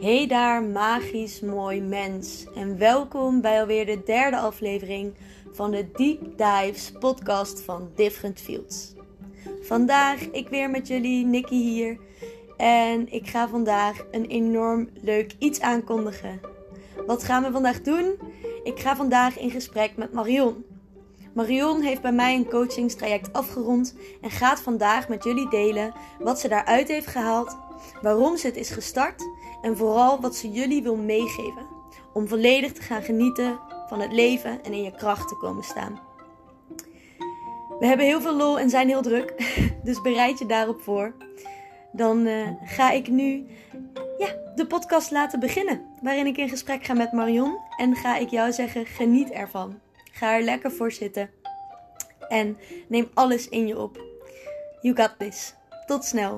Hey daar, magisch mooi mens. En welkom bij alweer de derde aflevering van de Deep Dives podcast van Different Fields. Vandaag ik weer met jullie, Nikki hier. En ik ga vandaag een enorm leuk iets aankondigen. Wat gaan we vandaag doen? Ik ga vandaag in gesprek met Marion. Marion heeft bij mij een coachingstraject afgerond en gaat vandaag met jullie delen wat ze daaruit heeft gehaald, waarom ze het is gestart en vooral wat ze jullie wil meegeven om volledig te gaan genieten van het leven en in je kracht te komen staan. We hebben heel veel lol en zijn heel druk, dus bereid je daarop voor. Dan ga ik nu de podcast laten beginnen, waarin ik in gesprek ga met Marion en ga ik jou zeggen, geniet ervan. Ga er lekker voor zitten en neem alles in je op. You got this. Tot snel.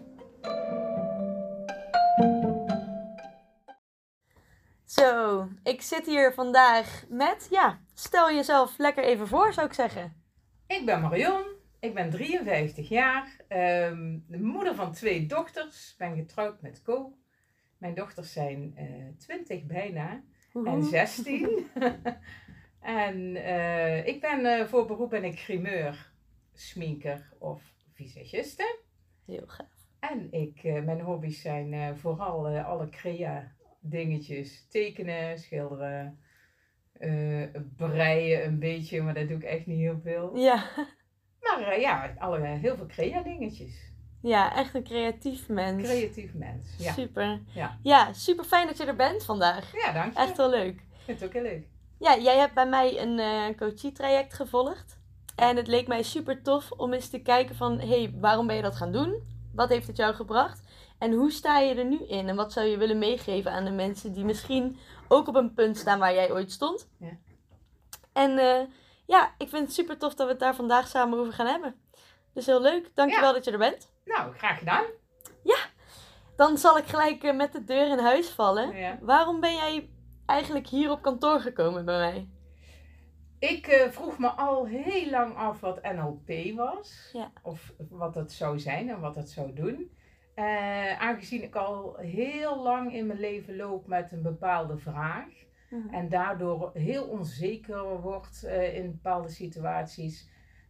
Zo, ik zit hier vandaag met, stel jezelf lekker even voor, zou ik zeggen. Ik ben Marion, ik ben 53 jaar, de moeder van 2 dochters, ben getrouwd met Co. Mijn dochters zijn 20 bijna en 16. En ik ben voor beroep grimeur, sminker of visagiste. Heel gaaf. En mijn hobby's zijn vooral alle crea dingetjes, tekenen, schilderen, breien een beetje, maar dat doe ik echt niet heel veel. Ja. Maar heel veel crea dingetjes. Ja, echt een creatief mens. Creatief mens, ja. Super. Ja. Ja, super fijn dat je er bent vandaag. Ja, dank je. Echt wel leuk. Ik vind het ook heel leuk. Ja, jij hebt bij mij een coachietraject gevolgd. En het leek mij super tof om eens te kijken van, waarom ben je dat gaan doen? Wat heeft het jou gebracht? En hoe sta je er nu in? En wat zou je willen meegeven aan de mensen die misschien ook op een punt staan waar jij ooit stond? Ja. En ik vind het super tof dat we het daar vandaag samen over gaan hebben. Dus heel leuk. Dankjewel dat je er bent. Nou, graag gedaan. Ja, dan zal ik gelijk met de deur in huis vallen. Ja. Waarom ben jij eigenlijk hier op kantoor gekomen bij mij? Ik vroeg me al heel lang af wat NLP was. Ja. Of wat het zou zijn en wat het zou doen. Aangezien ik al heel lang in mijn leven loop met een bepaalde vraag. Mhm. En daardoor heel onzeker word in bepaalde situaties.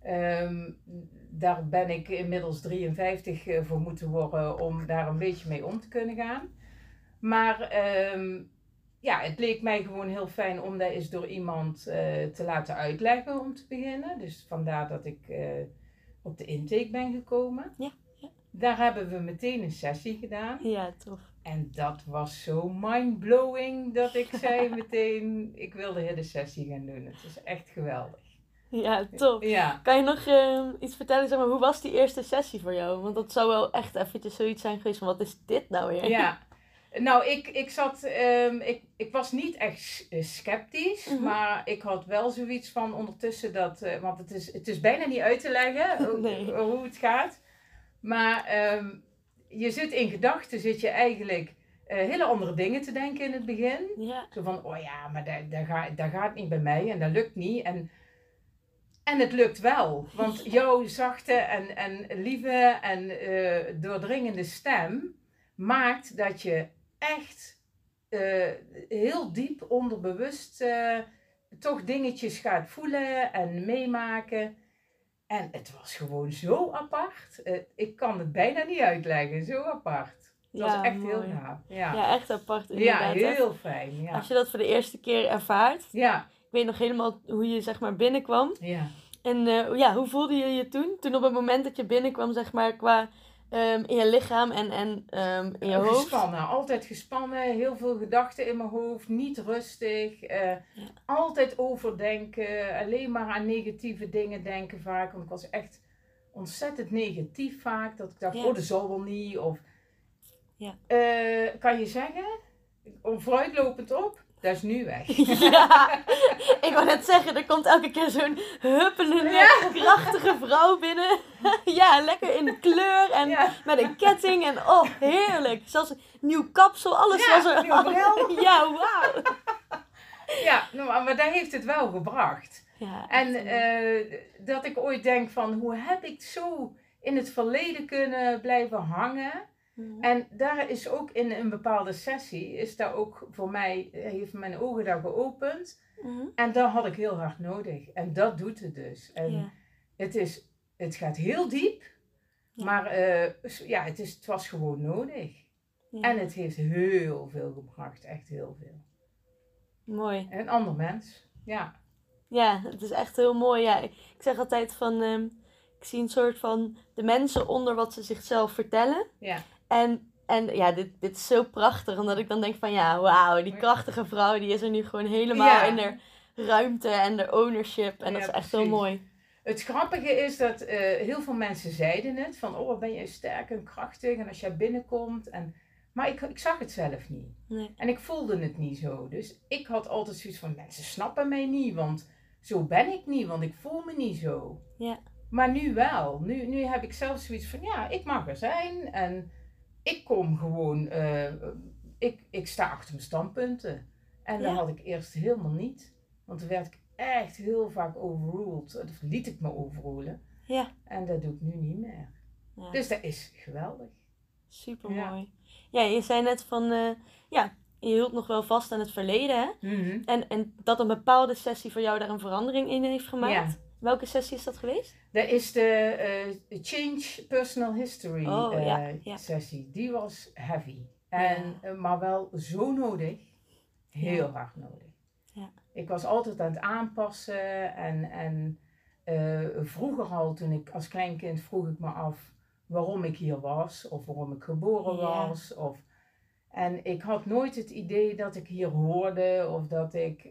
Daar ben ik inmiddels 53 voor moeten worden om daar een beetje mee om te kunnen gaan. Maar het leek mij gewoon heel fijn om dat eens door iemand te laten uitleggen om te beginnen. Dus vandaar dat ik op de intake ben gekomen. Ja. Daar hebben we meteen een sessie gedaan. Ja, tof. En dat was zo mindblowing dat ik zei meteen, ik wil de hele sessie gaan doen. Het is echt geweldig. Ja, top. Ja. Kan je nog iets vertellen, zeg maar, hoe was die eerste sessie voor jou? Want dat zou wel echt eventjes zoiets zijn geweest van, wat is dit nou weer? Ja. Nou, ik was niet echt sceptisch, Mhm. maar ik had wel zoiets van ondertussen dat, want het is bijna niet uit te leggen Nee. hoe het gaat. Maar je zit in gedachten, zit je eigenlijk hele andere dingen te denken in het begin. Ja. Zo van, oh ja, maar dat gaat niet bij mij en dat lukt niet. En het lukt wel, want jouw zachte en lieve en doordringende stem maakt dat je echt heel diep onderbewust toch dingetjes gaat voelen en meemaken. En het was gewoon zo apart. Ik kan het bijna niet uitleggen, zo apart. Het was echt mooi. heel gaaf. Ja, Ja, echt apart inderdaad. ja, hè? heel fijn. Ja. Als je dat voor de eerste keer ervaart. Ja, Ik weet nog helemaal hoe je, zeg maar, binnenkwam. ja. En hoe voelde je je toen? Toen op het moment dat je binnenkwam, zeg maar, qua in je lichaam en in je hoofd? Gespannen, altijd gespannen, heel veel gedachten in mijn hoofd, niet rustig, altijd overdenken, alleen maar aan negatieve dingen denken vaak. Want ik was echt ontzettend negatief vaak, dat ik dacht, dat zal wel niet. Of, kan je zeggen, vooruitlopend op, dat is nu weg. Ja, ik wou net zeggen, er komt elke keer zo'n huppelende, krachtige vrouw binnen. Ja, lekker in kleur en met een ketting en heerlijk. Zelfs een nieuw kapsel, alles was er. Nieuw bril. Ja, wauw. Ja, maar daar heeft het wel gebracht. Ja, en dat ik ooit denk van, hoe heb ik zo in het verleden kunnen blijven hangen? En daar is ook in een bepaalde sessie, is daar ook voor mij, heeft mijn ogen daar geopend. En dat had ik heel hard nodig. En dat doet het dus. En het gaat heel diep, maar het was gewoon nodig. Ja. En het heeft heel veel gebracht, echt heel veel. Mooi. En een ander mens, ja. Ja, het is echt heel mooi. Ja, ik zeg altijd van, ik zie een soort van de mensen onder wat ze zichzelf vertellen. Ja. En ja, dit is zo prachtig, omdat ik dan denk van, ja, wauw, die krachtige vrouw, die is er nu gewoon helemaal in haar ruimte en de ownership. En dat is echt heel mooi. Het grappige is dat heel veel mensen zeiden het, van, oh, ben je sterk en krachtig en als jij binnenkomt. Maar ik zag het zelf niet. Nee. En ik voelde het niet zo. Dus ik had altijd zoiets van, mensen snappen mij niet, want zo ben ik niet, want ik voel me niet zo. Ja. Maar nu wel. Nu heb ik zelf zoiets van, ja, ik mag er zijn en ik kom gewoon, ik sta achter mijn standpunten. En dat had ik eerst helemaal niet. Want toen werd ik echt heel vaak overruled. Of liet ik me overrulen. Ja. En dat doe ik nu niet meer. Ja. Dus dat is geweldig. Supermooi. Ja, je zei net van, je hield nog wel vast aan het verleden, hè? Mm-hmm. En dat een bepaalde sessie voor jou daar een verandering in heeft gemaakt. Ja. Welke sessie is dat geweest? Dat is de Change Personal History sessie. Die was heavy. Maar wel zo nodig. Heel hard nodig. Ja. Ik was altijd aan het aanpassen. En vroeger al, toen ik als kleinkind, vroeg ik me af waarom ik hier was. Of waarom ik geboren was. En ik had nooit het idee dat ik hier hoorde. Of dat ik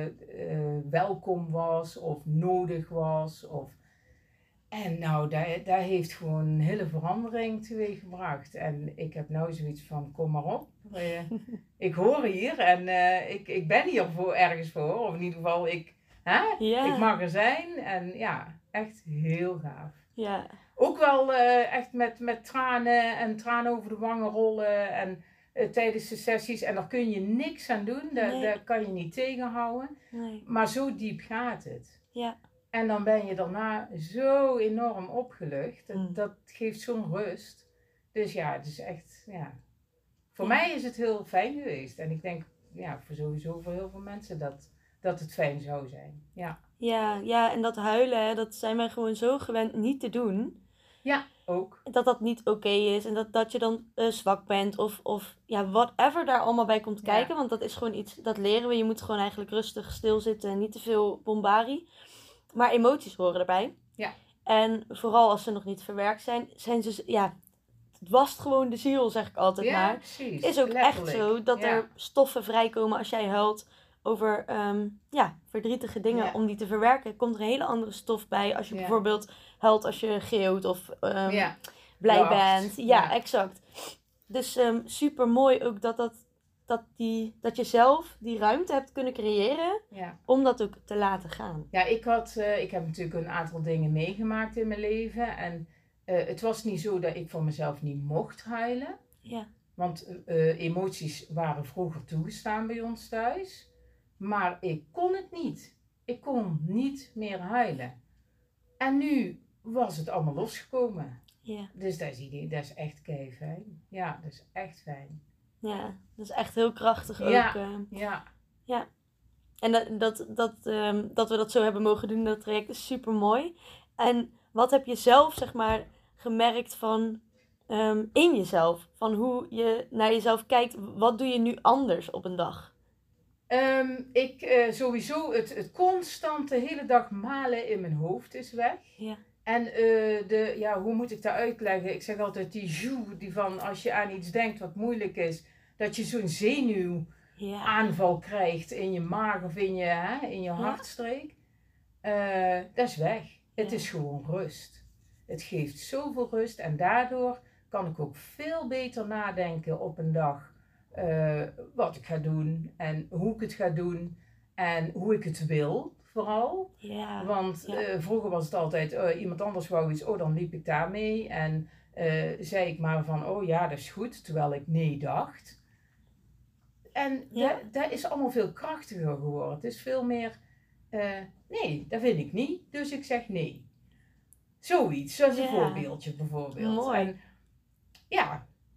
welkom was. Of nodig was. En nou, daar heeft gewoon een hele verandering teweeggebracht. En ik heb nou zoiets van, kom maar op. Ik hoor hier en ik ben hier ergens voor. Of in ieder geval, ik mag er zijn. En ja, echt heel gaaf. Ja. Ook wel echt met tranen over de wangen rollen. En tijdens de sessies. En daar kun je niks aan doen. Daar kan je niet tegenhouden. Nee. Maar zo diep gaat het. Ja. En dan ben je daarna zo enorm opgelucht. Dat geeft zo'n rust. Dus ja, het is echt, Voor mij is het heel fijn geweest. En ik denk, voor heel veel mensen dat het fijn zou zijn. Ja. Ja, en dat huilen, hè, dat zijn wij gewoon zo gewend niet te doen. Ja, ook. Dat niet oké is. En dat je dan zwak bent. Of whatever daar allemaal bij komt kijken. Want dat is gewoon iets, dat leren we. Je moet gewoon eigenlijk rustig stilzitten en niet te veel bombarie. Maar emoties horen erbij. Ja. En vooral als ze nog niet verwerkt zijn ze, het wast gewoon de ziel, zeg ik altijd maar. Precies. Het is ook letterlijk. echt zo dat er stoffen vrijkomen als jij huilt over verdrietige dingen. Om die te verwerken komt er een hele andere stof bij. Als je bijvoorbeeld huilt als je geeuwt of blij bent. Ja, exact. Dus super mooi ook dat je zelf die ruimte hebt kunnen creëren om dat ook te laten gaan. Ja, ik heb natuurlijk een aantal dingen meegemaakt in mijn leven. En het was niet zo dat ik voor mezelf niet mocht huilen. Ja. Want emoties waren vroeger toegestaan bij ons thuis. Maar ik kon het niet. Ik kon niet meer huilen. En nu was het allemaal losgekomen. Ja. Dus dat is echt keifijn. Ja, dat is echt fijn. Ja, dat is echt heel krachtig ook. Ja. En dat we dat zo hebben mogen doen, dat traject is super mooi. En wat heb je zelf, zeg maar, gemerkt van in jezelf? Van hoe je naar jezelf kijkt. Wat doe je nu anders op een dag? Sowieso het constante hele dag malen in mijn hoofd is weg. Ja. En hoe moet ik dat uitleggen? Ik zeg altijd die joe, die van als je aan iets denkt wat moeilijk is, dat je zo'n zenuwaanval krijgt in je maag of in je hartstreek. Dat is weg. Het is gewoon rust. Het geeft zoveel rust en daardoor kan ik ook veel beter nadenken op een dag wat ik ga doen en hoe ik het ga doen en hoe ik het wil vooral. Ja. Want vroeger was het altijd iemand anders wou iets, dan liep ik daarmee en zei ik maar van dat is goed, terwijl ik nee dacht. En dat is allemaal veel krachtiger geworden. Het is veel meer, nee, dat vind ik niet, dus ik zeg nee. Zoiets, zoals een voorbeeldje bijvoorbeeld. Mooi. En,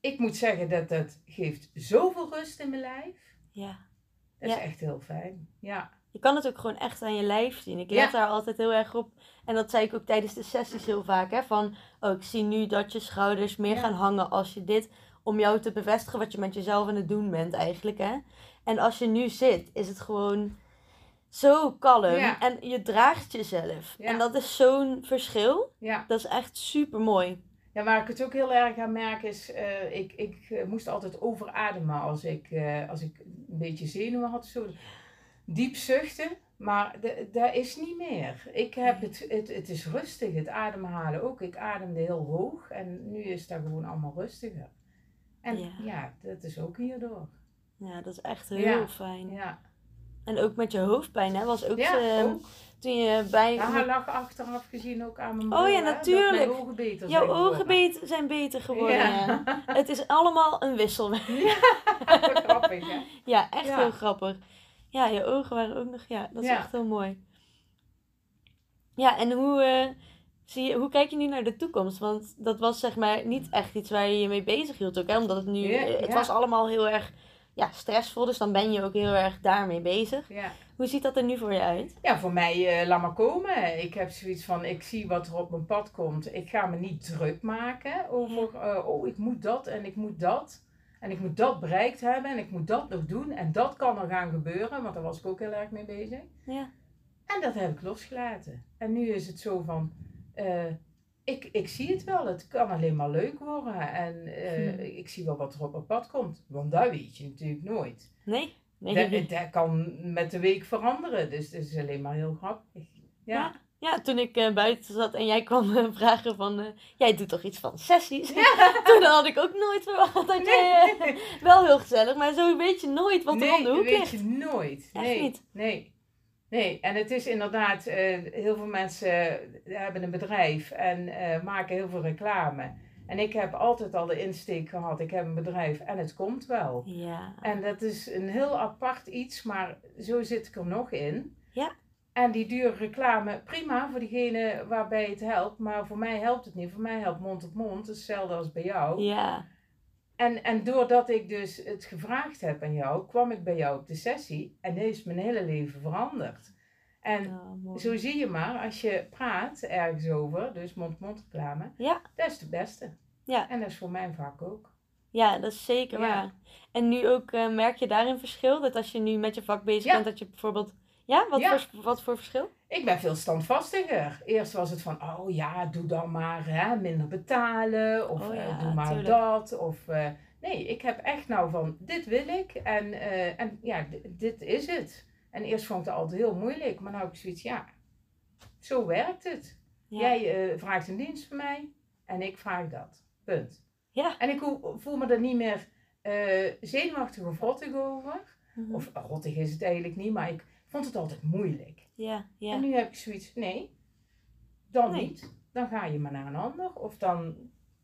ik moet zeggen dat het geeft zoveel rust in mijn lijf. Ja. Dat is echt heel fijn. Ja. Je kan het ook gewoon echt aan je lijf zien. Ik let daar altijd heel erg op. En dat zei ik ook tijdens de sessies heel vaak. Hè? Van, ik zie nu dat je schouders meer gaan hangen als je dit... Om jou te bevestigen wat je met jezelf aan het doen bent eigenlijk. Hè? En als je nu zit, is het gewoon zo kalm. Ja. En je draagt jezelf. Ja. En dat is zo'n verschil. Ja. Dat is echt super mooi. Ja, waar ik het ook heel erg aan merk is... ik moest altijd overademen als ik een beetje zenuwen had. Zo diep zuchten. Maar dat is niet meer. Ik heb het is rustig, het ademhalen ook. Ik ademde heel hoog en nu is dat gewoon allemaal rustiger. En ja dat is ook hierdoor. Ja, dat is echt heel fijn. Ja. En ook met je hoofdpijn, hè? Was ook, ook. Toen je bij... Ja, hij lag achteraf gezien ook aan mijn bril. Oh ja, natuurlijk. Mijn ogen beter jouw zijn ogen zijn beter geworden. Ja. Het is allemaal een wisselwerking. Ja, grappig hè? Ja, echt heel grappig. Ja, je ogen waren ook nog... Ja, dat is echt heel mooi. Ja, en hoe kijk je nu naar de toekomst? Want dat was zeg maar niet echt iets waar je je mee bezig hield ook, hè? Omdat het nu... Het was allemaal heel erg stressvol, dus dan ben je ook heel erg daarmee bezig. Ja. Hoe ziet dat er nu voor je uit? Ja, voor mij laat maar komen. Ik heb zoiets van, ik zie wat er op mijn pad komt. Ik ga me niet druk maken over, ik moet dat en ik moet dat. En ik moet dat bereikt hebben en ik moet dat nog doen. En dat kan er gaan gebeuren, want daar was ik ook heel erg mee bezig. Ja. En dat heb ik losgelaten. En nu is het zo van, ik zie het wel. Het kan alleen maar leuk worden. En ik zie wel wat er op mijn pad komt. Want dat weet je natuurlijk nooit. Nee. Dat kan met de week veranderen. Dus het is alleen maar heel grappig. Ja, toen ik buiten zat en jij kwam vragen van... jij doet toch iets van sessies? Ja. Toen had ik ook nooit verwacht dat jij... wel heel gezellig, maar zo weet je nooit wat er om de hoek ligt. Nee, weet je nooit. Echt niet. Nee, en het is inderdaad... heel veel mensen hebben een bedrijf en maken heel veel reclame. En ik heb altijd al de insteek gehad, ik heb een bedrijf en het komt wel. Ja. En dat is een heel apart iets, maar zo zit ik er nog in. Ja. En die dure reclame, prima voor diegene waarbij het helpt, maar voor mij helpt het niet. Voor mij helpt mond op mond, dat is hetzelfde als bij jou. Ja. En doordat ik dus het gevraagd heb aan jou, kwam ik bij jou op de sessie en is mijn hele leven veranderd. En zo zie je maar, als je praat ergens over, dus mond-mond reclame, dat is de beste. Ja. En dat is voor mijn vak ook. Ja, dat is zeker waar. En nu ook merk je daarin verschil? Dat als je nu met je vak bezig bent, dat je bijvoorbeeld... Ja? Wat voor verschil? Ik ben veel standvastiger. Eerst was het van, doe dan maar minder betalen. Of doe maar tuurlijk. Dat. Of, nee, ik heb echt nou van, dit wil ik. En dit is het. En eerst vond ik het altijd heel moeilijk. Maar nou heb ik zoiets, zo werkt het. Ja. Jij vraagt een dienst van mij. En ik vraag dat. Punt. Ja. En ik voel me er niet meer zenuwachtig of rottig over. Mm-hmm. Of rottig is het eigenlijk niet, maar ik vond het altijd moeilijk. Ja. En nu heb ik zoiets, nee, dan niet. Dan ga je maar naar een ander. Of dan,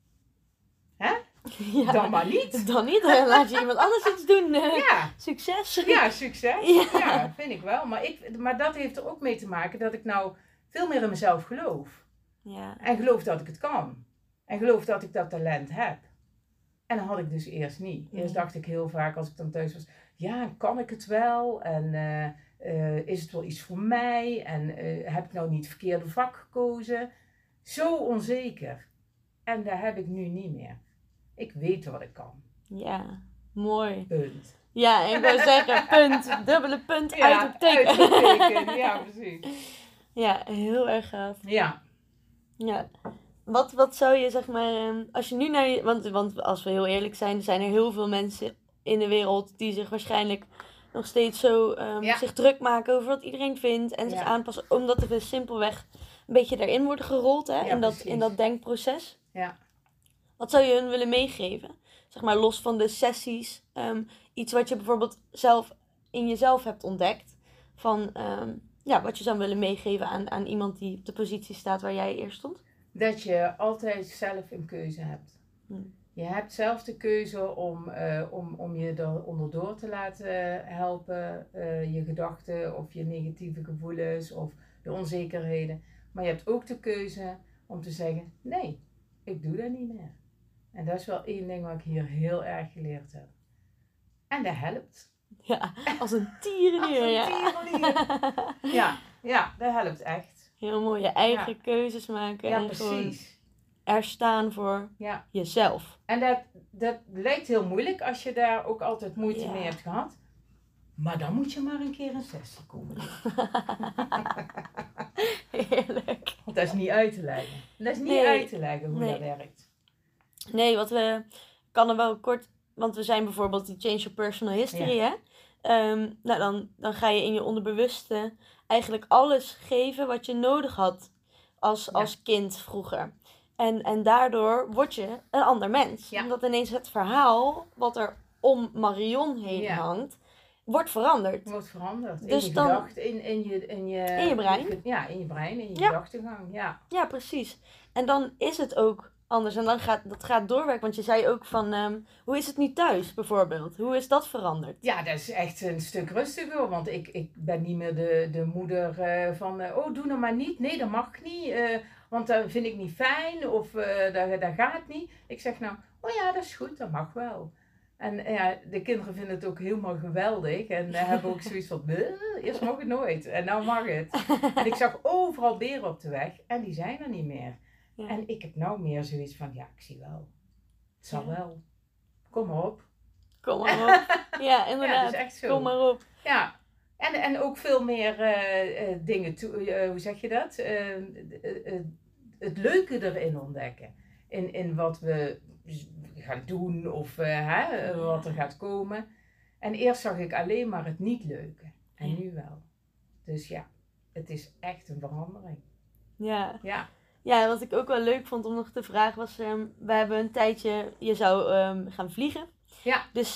dan maar niet. Dan niet, dan laat je iemand anders iets doen. Succes. Ja, succes. Ja, vind ik wel. Maar dat heeft er ook mee te maken dat ik nou veel meer in mezelf geloof. Ja. En geloof dat ik het kan. En geloof dat ik dat talent heb. En dat had ik dus eerst niet. Eerst dacht ik heel vaak als ik dan thuis was, kan ik het wel? En is het wel iets voor mij? En heb ik nou niet het verkeerde vak gekozen? Zo onzeker. En dat heb ik nu niet meer. Ik weet wat ik kan. Ja, mooi. Punt. Ja, ik wil zeggen, punt. Dubbele punt, uitroepteken. Uitroepteken, ja precies. Ja, heel erg gaaf. Ja. Wat zou je, zeg maar, als je nu naar je... Want als we heel eerlijk zijn er heel veel mensen in de wereld die zich waarschijnlijk nog steeds zo zich druk maken over wat iedereen vindt en zich aanpassen, omdat we simpelweg een beetje daarin worden gerold, hè, in dat denkproces. Ja. Wat zou je hun willen meegeven? Zeg maar, los van de sessies, iets wat je bijvoorbeeld zelf in jezelf hebt ontdekt, van wat je zou willen meegeven aan iemand die op de positie staat waar jij eerst stond? Dat je altijd zelf een keuze hebt. Je hebt zelf de keuze om je er onderdoor te laten helpen, je gedachten of je negatieve gevoelens of de onzekerheden. Maar je hebt ook de keuze om te zeggen, nee, ik doe dat niet meer. En dat is wel één ding wat ik hier heel erg geleerd heb. En dat helpt. Ja, als een tierenlier. Als een tierenlier. Ja, dat helpt echt. Heel mooi, je eigen keuzes maken. Ja, en precies. gewoon er staan voor jezelf. En dat lijkt heel moeilijk als je daar ook altijd moeite mee hebt gehad. Maar dan moet je maar een keer een sessie komen doen. Heerlijk. Want dat is niet uit te leggen. Dat is niet uit te leggen hoe dat werkt. Nee, kan er wel kort... Want we zijn bijvoorbeeld die Change Your Personal History, hè? Dan ga je in je onderbewuste eigenlijk alles geven wat je nodig had als kind vroeger. En daardoor word je een ander mens. Ja. Omdat ineens het verhaal wat er om Marion heen hangt, wordt veranderd. Wordt veranderd. Dus in je dan, gedachten, in je brein. Ja, in je brein, in je gedachtegang. Ja. Ja, precies. En dan is het ook anders. En dan gaat doorwerken. Want je zei ook van, hoe is het nu thuis bijvoorbeeld? Hoe is dat veranderd? Ja, dat is echt een stuk rustiger. Want ik ben niet meer de moeder van, doe nou maar niet. Nee, dat mag niet. Want dat vind ik niet fijn. Of dat gaat niet. Ik zeg nou, oh ja, dat is goed. Dat mag wel. En de kinderen vinden het ook helemaal geweldig. En hebben ook zoiets van, eerst mag het nooit. En nou mag het. En ik zag overal beren op de weg. En die zijn er niet meer. Ja. En ik heb nou meer zoiets van, ik zie wel. Het zal wel. Kom maar op. Kom maar op. Ja, inderdaad. Ja, dat is echt zo. Kom maar op. Ja. En ook veel meer dingen, hoe zeg je dat? Het leuke erin ontdekken. In wat we gaan doen of wat er gaat komen. En eerst zag ik alleen maar het niet leuke. En nu wel. Dus het is echt een verandering. Ja. Ja. Ja, wat ik ook wel leuk vond om nog te vragen was, we hebben een tijdje, je zou gaan vliegen. Ja. Dus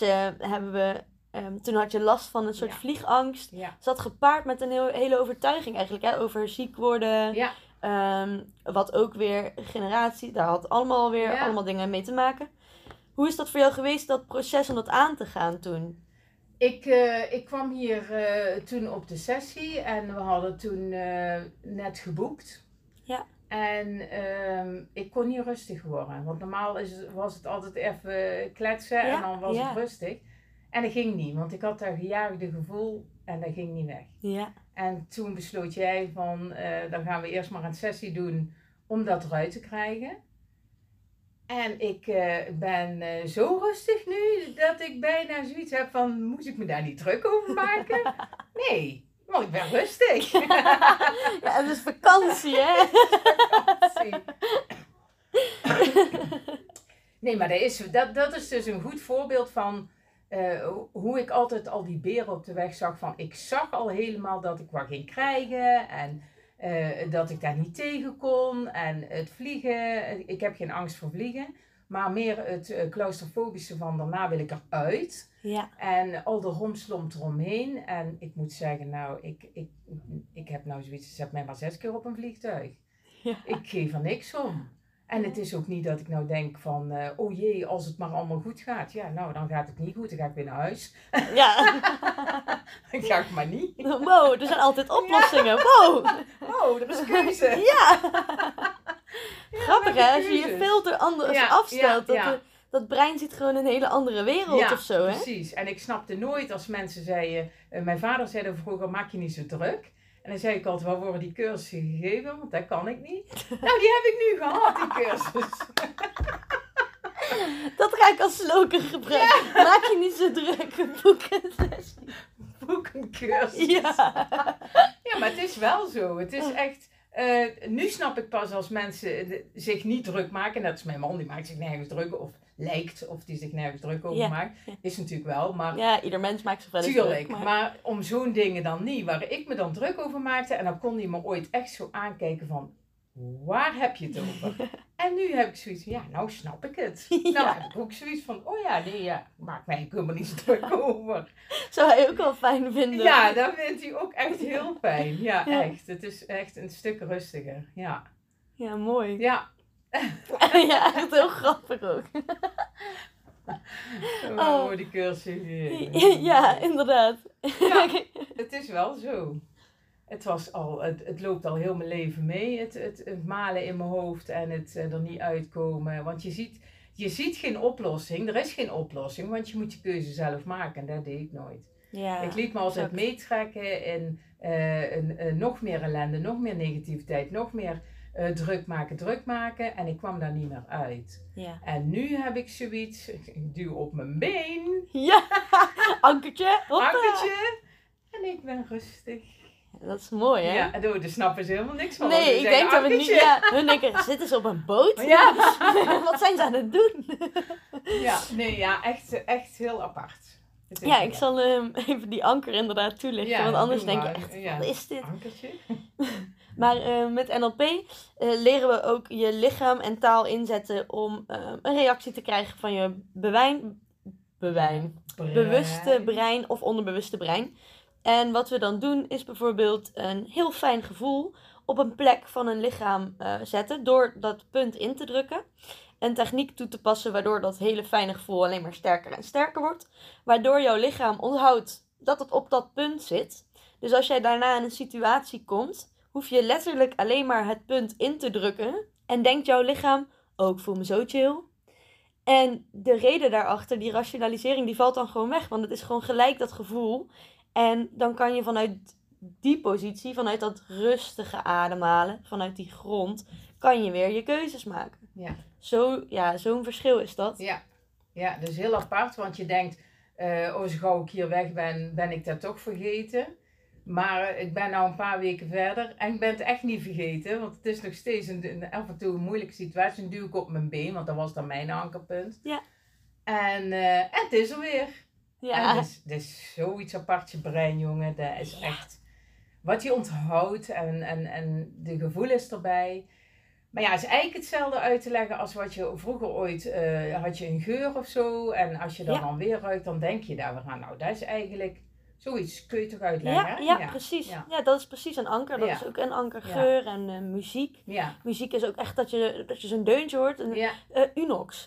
toen had je last van een soort vliegangst. Ja. Zat gepaard met een hele overtuiging eigenlijk, hè, over ziek worden. Ja. Wat ook weer generatie, daar had allemaal dingen mee te maken. Hoe is dat voor jou geweest, dat proces om dat aan te gaan toen? Ik kwam hier toen op de sessie en we hadden toen net geboekt. Ja. En ik kon niet rustig worden, want normaal was het altijd even kletsen en dan was het rustig. En dat ging niet, want ik had dat gejaagde gevoel en dat ging niet weg. Ja. En toen besloot jij van, dan gaan we eerst maar een sessie doen om dat eruit te krijgen. En ik ben zo rustig nu dat ik bijna zoiets heb van, moet ik me daar niet druk over maken? Nee, want ik ben rustig. Ja, het is vakantie, hè? Vakantie. Nee, maar dat is dus een goed voorbeeld van hoe ik altijd al die beren op de weg zag. Van, ik zag al helemaal dat ik wat ging krijgen en dat ik daar niet tegen kon. En het vliegen, ik heb geen angst voor vliegen. Maar meer het claustrofobische van daarna wil ik eruit. Ja. En al de romslomp eromheen. En ik moet zeggen, nou, ik heb nou zoiets, zet mij maar 6 keer op een vliegtuig. Ja. Ik geef er niks om. En het is ook niet dat ik nou denk van, oh jee, als het maar allemaal goed gaat. Ja, nou, dan gaat het niet goed, dan ga ik weer naar huis. Ja. Dan ga ik maar niet. Wow, er zijn altijd oplossingen. Ja. Wow. Oh, er is keuze. Ja. Grappig hè, als je je filter anders afstelt. Dat brein ziet gewoon een hele andere wereld of zo, hè? Precies. En ik snapte nooit als mensen zeiden, mijn vader zei vroeger, maak je niet zo druk. En dan zei ik altijd, waar worden die cursussen gegeven? Want dat kan ik niet. Nou, die heb ik nu gehad, die cursus. Dat ga ik als slogan gebruiken. Ja. Maak je niet zo druk, boek een sessie. Boek een cursus. Ja. Ja, maar het is wel zo. Het is echt... nu snap ik pas als mensen zich niet druk maken. Net als mijn man, die maakt zich nergens druk of lijkt of die zich nergens druk over maakt. Is natuurlijk wel, maar... Ja, ieder mens maakt zich wel eens tuurlijk, druk. Maar om zo'n dingen dan niet. Waar ik me dan druk over maakte en dan kon hij me ooit echt zo aankijken van... Waar heb je het over? En nu heb ik zoiets van, ja, nou snap ik het. Nou heb ik ook zoiets van, oh ja, nee, maak mij helemaal niet zo druk over. Zou hij ook wel fijn vinden. Ja, dat vindt hij ook echt heel fijn. Ja, echt. Het is echt een stuk rustiger. Ja. Ja, mooi. Ja. Ja, echt heel grappig ook. Oh, die cursus. Ja, inderdaad. Ja, het is wel zo. Het loopt al heel mijn leven mee, het malen in mijn hoofd en het er niet uitkomen. Want je je ziet geen oplossing. Er is geen oplossing, want je moet je keuze zelf maken. En dat deed ik nooit. Ja, Ik liet me altijd exact. meetrekken in nog meer ellende, nog meer negativiteit, nog meer druk maken. En ik kwam daar niet meer uit. Ja. En nu heb ik zoiets, ik duw op mijn been, Ja, ankertje. Hoppa. ankertje. En ik ben rustig. Dat is mooi, hè? Ja, daar snappen ze helemaal niks van. Nee, Ze ik zeggen, denk dat we niet... ankertje. Ja, hun denken, zitten ze op een boot? Ja. Wat zijn ze aan het doen? Ja, nee, ja, echt heel apart. Het is Ja, heel ik zal even die anker inderdaad toelichten. Ja, want anders doe denk je maar. echt, Ja. wat is dit? Ankertje. Maar met NLP leren we ook je lichaam en taal inzetten om een reactie te krijgen van je bewuste brein of onderbewuste brein. En wat we dan doen is bijvoorbeeld een heel fijn gevoel op een plek van een lichaam zetten door dat punt in te drukken. Een techniek toe te passen waardoor dat hele fijne gevoel alleen maar sterker en sterker wordt. Waardoor jouw lichaam onthoudt dat het op dat punt zit. Dus als jij daarna in een situatie komt, hoef je letterlijk alleen maar het punt in te drukken. En denkt jouw lichaam, oh, ik voel me zo chill. En de reden daarachter, die rationalisering, die valt dan gewoon weg. Want het is gewoon gelijk dat gevoel. En dan kan je vanuit die positie, vanuit dat rustige ademhalen, vanuit die grond, kan je weer je keuzes maken. Ja. Zo'n verschil is dat. Ja, dus heel apart, want je denkt, zo gauw ik hier weg ben ik dat toch vergeten. Maar ik ben nou een paar weken verder en ik ben het echt niet vergeten, want het is nog steeds af en toe een moeilijke situatie. Dan duw ik op mijn been, want dat was dan mijn ankerpunt. Ja. En het is er weer. Ja. En het is zoiets apart, je brein, jongen. Dat is echt wat je onthoudt en de gevoel is erbij. Maar ja, het is eigenlijk hetzelfde uit te leggen als wat je vroeger ooit had je een geur of zo. En als je dan weer ruikt, dan denk je daar weer aan. Nou, dat is eigenlijk zoiets, kun je toch uitleggen? Ja, precies. Ja. Ja, dat is precies een anker. Dat is ook een ankergeur en muziek. Ja. Muziek is ook echt dat je zo'n deuntje hoort. Unox.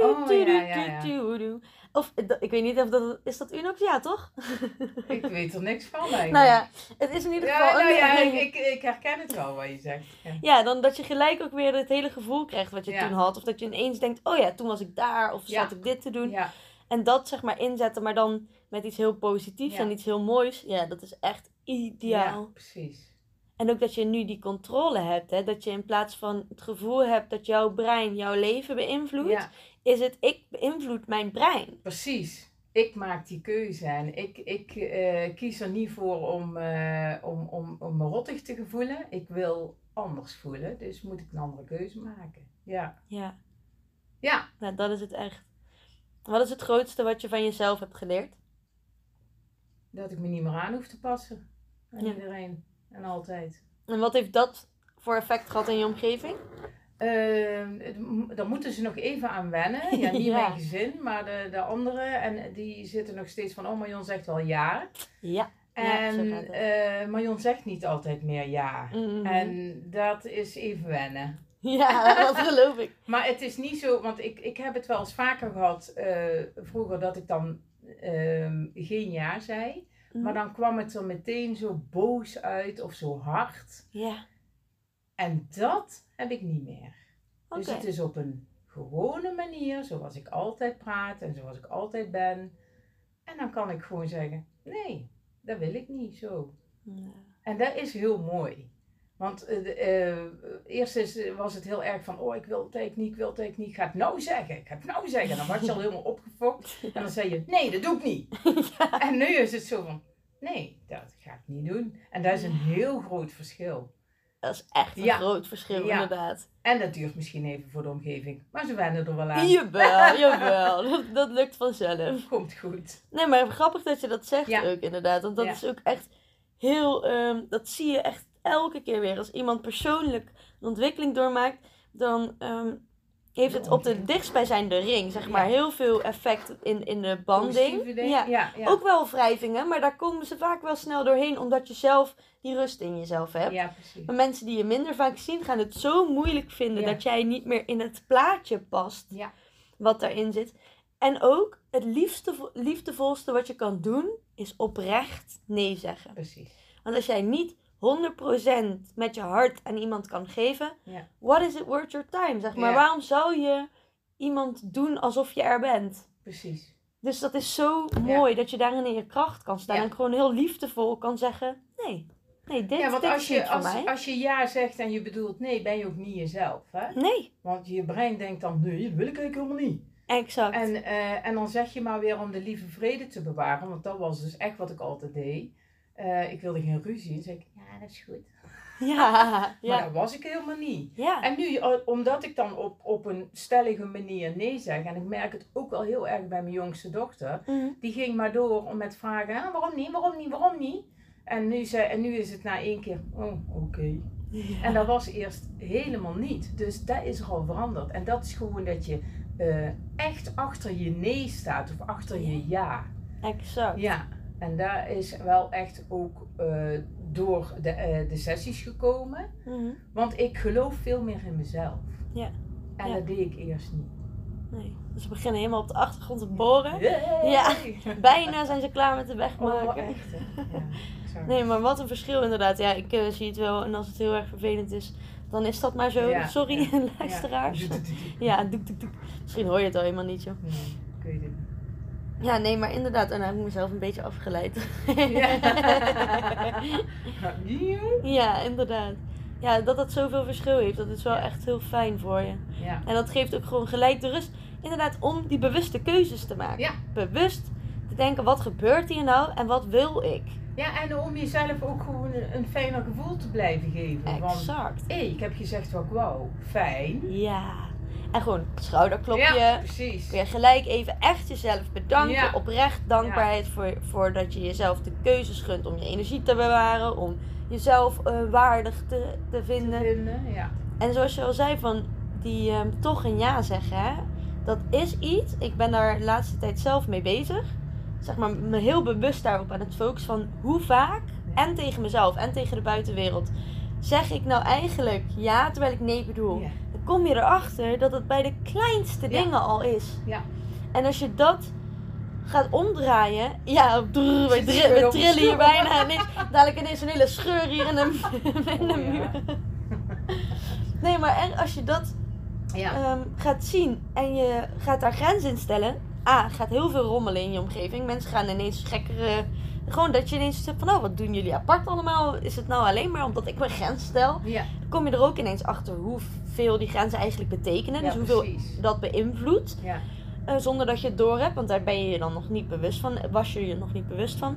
Of, ik weet niet of dat... Is dat Unox? Ja, toch? Ik weet er niks van eigenlijk. Nou ja, het is in ieder geval... Ik herken het wel wat je zegt. Ja, dan dat je gelijk ook weer het hele gevoel krijgt wat je toen had. Of dat je ineens denkt, oh ja, toen was ik daar. Of zat ik dit te doen. Ja. En dat zeg maar inzetten, maar dan met iets heel positiefs en iets heel moois. Ja, dat is echt ideaal. Ja, precies. En ook dat je nu die controle hebt. Hè? Dat je in plaats van het gevoel hebt dat jouw brein jouw leven beïnvloedt. Is het, ik beïnvloed mijn brein. Precies. Ik maak die keuze. En ik kies er niet voor om me rottig te voelen. Ik wil anders voelen. Dus moet ik een andere keuze maken. Ja. Nou, dat is het echt. Wat is het grootste wat je van jezelf hebt geleerd? Dat ik me niet meer aan hoef te passen. Aan iedereen. En altijd. En wat heeft dat voor effect gehad in je omgeving? Daar moeten ze nog even aan wennen. Ja, niet mijn gezin, maar de anderen. En die zitten nog steeds van, oh, Marion zegt wel ja. Ja. En Marion zegt niet altijd meer ja. Mm-hmm. En dat is even wennen. Ja, dat geloof ik. Maar het is niet zo, want ik heb het wel eens vaker gehad vroeger dat ik dan geen ja zei. Maar dan kwam het er meteen zo boos uit of zo hard. Ja. En dat heb ik niet meer. Okay. Dus het is op een gewone manier, zoals ik altijd praat en zoals ik altijd ben. En dan kan ik gewoon zeggen, nee, dat wil ik niet zo. Ja. En dat is heel mooi. Want eerst was het heel erg van, oh, ik wil het eigenlijk niet. Ik ga het nou zeggen. Dan was je al helemaal opgefokt. En dan zei je, nee, dat doe ik niet. Ja. En nu is het zo van, nee, dat ga ik niet doen. En dat is een heel groot verschil. Dat is echt een groot verschil, inderdaad. En dat duurt misschien even voor de omgeving. Maar ze wennen er wel aan. Jawel. Dat lukt vanzelf. Komt goed. Nee, maar grappig dat je dat zegt ook, inderdaad. Want dat is ook echt heel... dat zie je echt elke keer weer. Als iemand persoonlijk een ontwikkeling doormaakt, dan heeft het op de dichtstbijzijnde ring, zeg maar, heel veel effect in de banding. Ja. Ook wel wrijvingen, maar daar komen ze vaak wel snel doorheen, omdat je zelf die rust in jezelf hebt. Ja, precies. Maar mensen die je minder vaak zien, gaan het zo moeilijk vinden dat jij niet meer in het plaatje past wat daarin zit. En ook het liefdevolste wat je kan doen, is oprecht nee zeggen. Precies. Want als jij niet 100% met je hart aan iemand kan geven, what is it worth your time? Zeg maar, waarom zou je iemand doen alsof je er bent. Precies. Dus dat is zo mooi dat je daarin in je kracht kan staan. En gewoon heel liefdevol kan zeggen, nee, dit is niet voor mij. Als je ja zegt en je bedoelt nee, ben je ook niet jezelf. Hè? Nee. Want je brein denkt dan, nee, dat wil ik eigenlijk helemaal niet. Exact. En dan zeg je maar weer om de lieve vrede te bewaren. Want dat was dus echt wat ik altijd deed. Ik wilde geen ruzie. En zei ik, ja, dat is goed. Ja. Maar dat was ik helemaal niet. Ja. En nu, omdat ik dan op een stellige manier nee zeg. En ik merk het ook wel heel erg bij mijn jongste dochter. Mm. Die ging maar door met vragen, waarom niet? En nu is het na 1 keer, oké. Ja. En dat was eerst helemaal niet. Dus dat is er al veranderd. En dat is gewoon dat je echt achter je nee staat. Of achter je ja. Exact. Ja. En daar is wel echt ook door de sessies gekomen. Mm-hmm. Want ik geloof veel meer in mezelf. Ja. En dat deed ik eerst niet. Nee. Dus we beginnen helemaal op de achtergrond te boren. Yay! Ja. Bijna zijn ze klaar met de wegmaken. Oh, echt hè? Ja. Nee, maar wat een verschil inderdaad. Ja, ik zie het wel. En als het heel erg vervelend is, dan is dat maar zo. Ja, Sorry, luisteraars. Ja. Doek. Misschien hoor je het al helemaal niet, joh. Nee, ik weet het niet. Ja, nee, maar inderdaad. En dan heb ik mezelf een beetje afgeleid. Ja, inderdaad. Ja, dat het zoveel verschil heeft. Dat is wel echt heel fijn voor je. Ja. En dat geeft ook gewoon gelijk de rust. Inderdaad, om die bewuste keuzes te maken. Ja. Bewust te denken, wat gebeurt hier nou en wat wil ik? Ja, en om jezelf ook gewoon een fijner gevoel te blijven geven. Exact. Van, ik heb gezegd wat ik wou. Fijn. Ja. En gewoon schouderklopje. Ja, precies. Kun je gelijk even echt jezelf bedanken. Ja. Oprecht dankbaarheid voor dat je jezelf de keuzes gunt om je energie te bewaren. Om jezelf waardig te vinden. Ja. En zoals je al zei, van die toch een ja zeggen. Hè? Dat is iets. Ik ben daar de laatste tijd zelf mee bezig. Zeg maar, me heel bewust daarop aan het focussen van hoe vaak. En tegen mezelf en tegen de buitenwereld. Zeg ik nou eigenlijk ja terwijl ik nee bedoel. Ja. Dan kom je erachter dat het bij de kleinste dingen al is. Ja. En als je dat gaat omdraaien. Ja, we op trillen hier de bijna. Ineens, dadelijk ineens een hele scheur hier in de muur. Nee, maar als je dat gaat zien en je gaat daar grenzen in stellen. Gaat heel veel rommelen in je omgeving. Mensen gaan ineens gekkere. Gewoon dat je ineens zegt van, wat doen jullie apart allemaal? Is het nou alleen maar omdat ik mijn grens stel? Ja. Dan kom je er ook ineens achter hoeveel die grenzen eigenlijk betekenen. Ja, dus hoeveel precies. dat beïnvloedt. Ja. Zonder dat je het door hebt. Want daar ben je je dan nog niet bewust van. Was je je nog niet bewust van.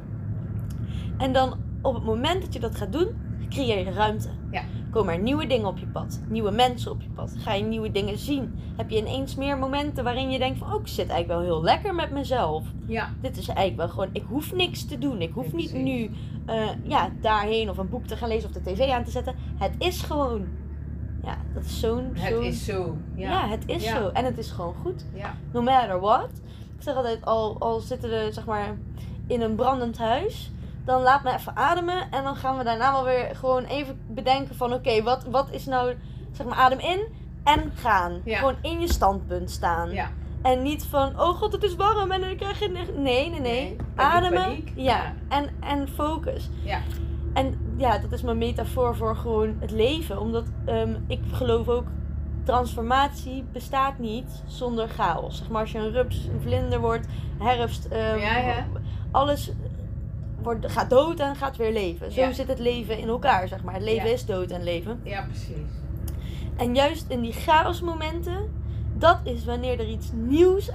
En dan op het moment dat je dat gaat doen, creëer je ruimte. Ja. Komen er nieuwe dingen op je pad. Nieuwe mensen op je pad. Ga je nieuwe dingen zien. Heb je ineens meer momenten waarin je denkt van, ik zit eigenlijk wel heel lekker met mezelf. Ja. Dit is eigenlijk wel gewoon, ik hoef niks te doen. Ik hoef niet nu daarheen of een boek te gaan lezen of de tv aan te zetten. Het is gewoon. Ja, dat is zo'n. Het is zo. Ja, het is zo. En het is gewoon goed. Ja. No matter what. Ik zeg altijd, al zitten we zeg maar in een brandend huis. Dan laat me even ademen. En dan gaan we daarna wel weer gewoon even bedenken van oké, wat is nou, zeg maar, adem in en gaan. Ja. Gewoon in je standpunt staan. Ja. En niet van, oh god, het is warm en ik krijg geen... Nee. Ademen. Paniek. Ja. En focus. Ja. En ja, dat is mijn metafoor voor gewoon het leven. Omdat ik geloof ook, transformatie bestaat niet zonder chaos. Zeg maar, als je een rups, een vlinder wordt, herfst, alles gaat dood en gaat weer leven. Zo zit het leven in elkaar, zeg maar. Het leven is dood en leven. Ja, precies. En juist in die chaosmomenten, dat is wanneer er iets nieuws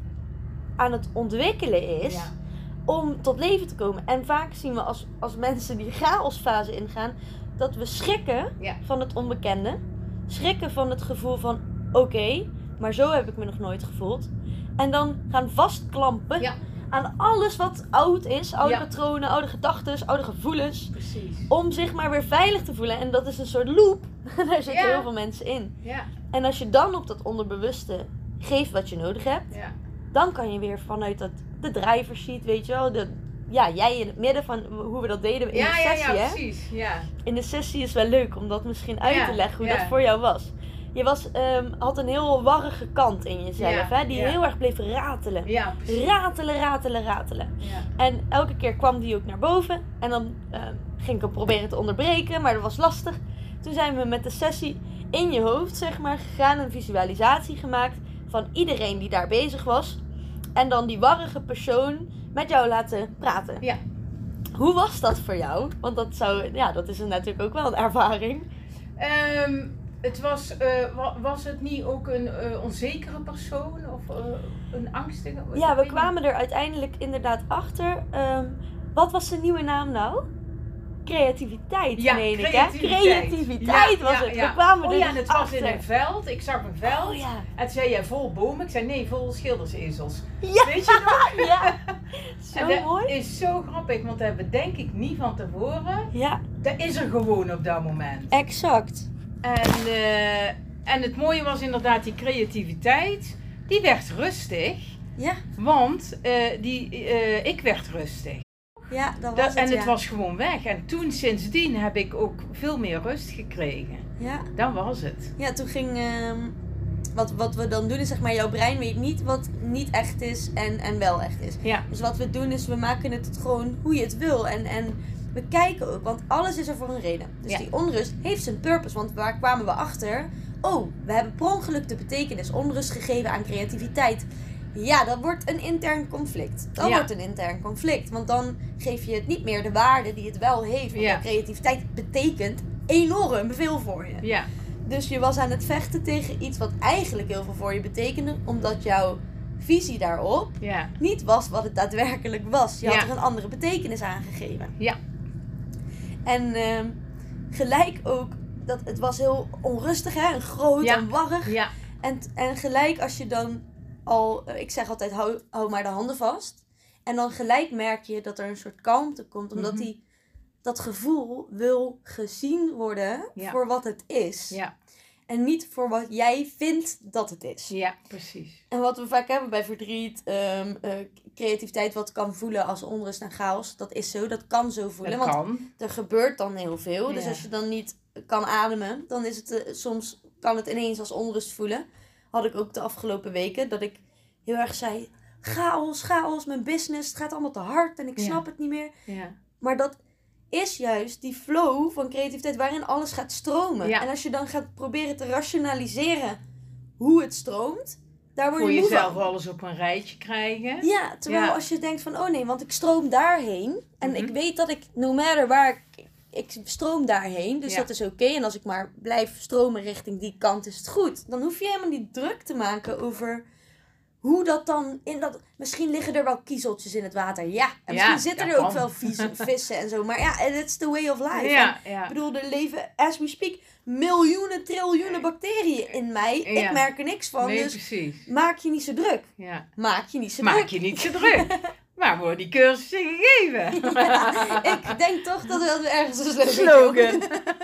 aan het ontwikkelen is. Ja. Om tot leven te komen. En vaak zien we als mensen die chaosfase ingaan, dat we schrikken van het onbekende. Schrikken van het gevoel van, oké, maar zo heb ik me nog nooit gevoeld. En dan gaan vastklampen aan alles wat oud is. Oude patronen, oude gedachten, oude gevoelens. Precies. Om zich maar weer veilig te voelen. En dat is een soort loop. Daar zitten heel veel mensen in. Ja. En als je dan op dat onderbewuste geeft wat je nodig hebt. Ja. Dan kan je weer vanuit de driver's seat, weet je wel. Jij in het midden van hoe we dat deden in de sessie, hè? Precies. Ja. In de sessie is wel leuk om dat misschien uit te leggen, hoe dat voor jou was. Je had een heel warrige kant in jezelf, hè? Die heel erg bleef ratelen. Ja, precies. Ratelen. Ja. En elke keer kwam die ook naar boven. En dan ging ik hem proberen te onderbreken, maar dat was lastig. Toen zijn we met de sessie in je hoofd, zeg maar, gegaan. Een visualisatie gemaakt van iedereen die daar bezig was. En dan die warrige persoon met jou laten praten. Ja. Hoe was dat voor jou? Want dat is natuurlijk ook wel een ervaring. Het was het niet ook een onzekere persoon of een angstige? Ja, we kwamen er uiteindelijk inderdaad achter. Wat was de nieuwe naam nou? Creativiteit, meen ik, hè? Creativiteit was het. We kwamen er en het was in een veld. Ik zag een veld. En toen zei jij vol bomen. Ik zei nee, vol schildersezels. Ja. Weet je nog? Ja. Zo en dat mooi. is zo grappig, want dat hebben we denk ik niet van tevoren. Ja. Dat is er gewoon op dat moment. Exact. En het mooie was inderdaad die creativiteit. Die werd rustig. Ja. Want ik werd rustig. Ja, dat was het. En het was gewoon weg. En toen, sindsdien, heb ik ook veel meer rust gekregen. Ja. Dat was het. Ja, toen ging... Wat we dan doen is, zeg maar, jouw brein weet niet wat niet echt is en wel echt is. Ja. Dus wat we doen is, we maken het gewoon hoe je het wil. En we kijken ook, want alles is er voor een reden. Dus die onrust heeft zijn purpose. Want waar kwamen we achter? Oh, we hebben per ongeluk de betekenis onrust gegeven aan creativiteit. Ja, dat wordt een intern conflict. Want dan geef je het niet meer de waarde die het wel heeft. Want jouw creativiteit betekent enorm veel voor je. Ja. Dus je was aan het vechten tegen iets wat eigenlijk heel veel voor je betekende. Omdat jouw visie daarop niet was wat het daadwerkelijk was. Je had er een andere betekenis aan gegeven. Ja. En gelijk ook, dat het was heel onrustig, hè? En groot en warrig. Ja. En gelijk als je dan ik zeg altijd, hou maar de handen vast. En dan gelijk merk je dat er een soort kalmte komt. Omdat dat gevoel wil gezien worden voor wat het is. Ja. En niet voor wat jij vindt dat het is. Ja, precies. En wat we vaak hebben bij verdriet, creativiteit, wat kan voelen als onrust en chaos. Dat is zo, dat kan zo voelen. Want er gebeurt dan heel veel. Dus als je dan niet kan ademen, dan is het soms kan het ineens als onrust voelen. Had ik ook de afgelopen weken, dat ik heel erg zei, chaos, mijn business, het gaat allemaal te hard en ik snap het niet meer. Ja. Maar dat is juist die flow van creativiteit waarin alles gaat stromen. Ja. En als je dan gaat proberen te rationaliseren hoe het stroomt, daar word je voor jezelf alles op een rijtje krijgen. Ja, terwijl als je denkt van, oh nee, want ik stroom daarheen. En ik weet dat ik, no matter waar, ik stroom daarheen. Dus dat is oké. En als ik maar blijf stromen richting die kant, is het goed. Dan hoef je helemaal niet druk te maken over hoe dat dan misschien liggen er wel kiezeltjes in het water. Ja, en misschien zitten er ook wel vissen en zo. Maar ja, it's the way of life. Ja, Ik bedoel, er leven, as we speak, miljoenen, triljoenen bacteriën in mij. Ja. Ik merk er niks van. Nee, dus precies. Maak je niet zo druk. Ja. Maak je niet zo druk. Waar worden die cursussen gegeven? Ja, ik denk toch dat we ergens een slogan.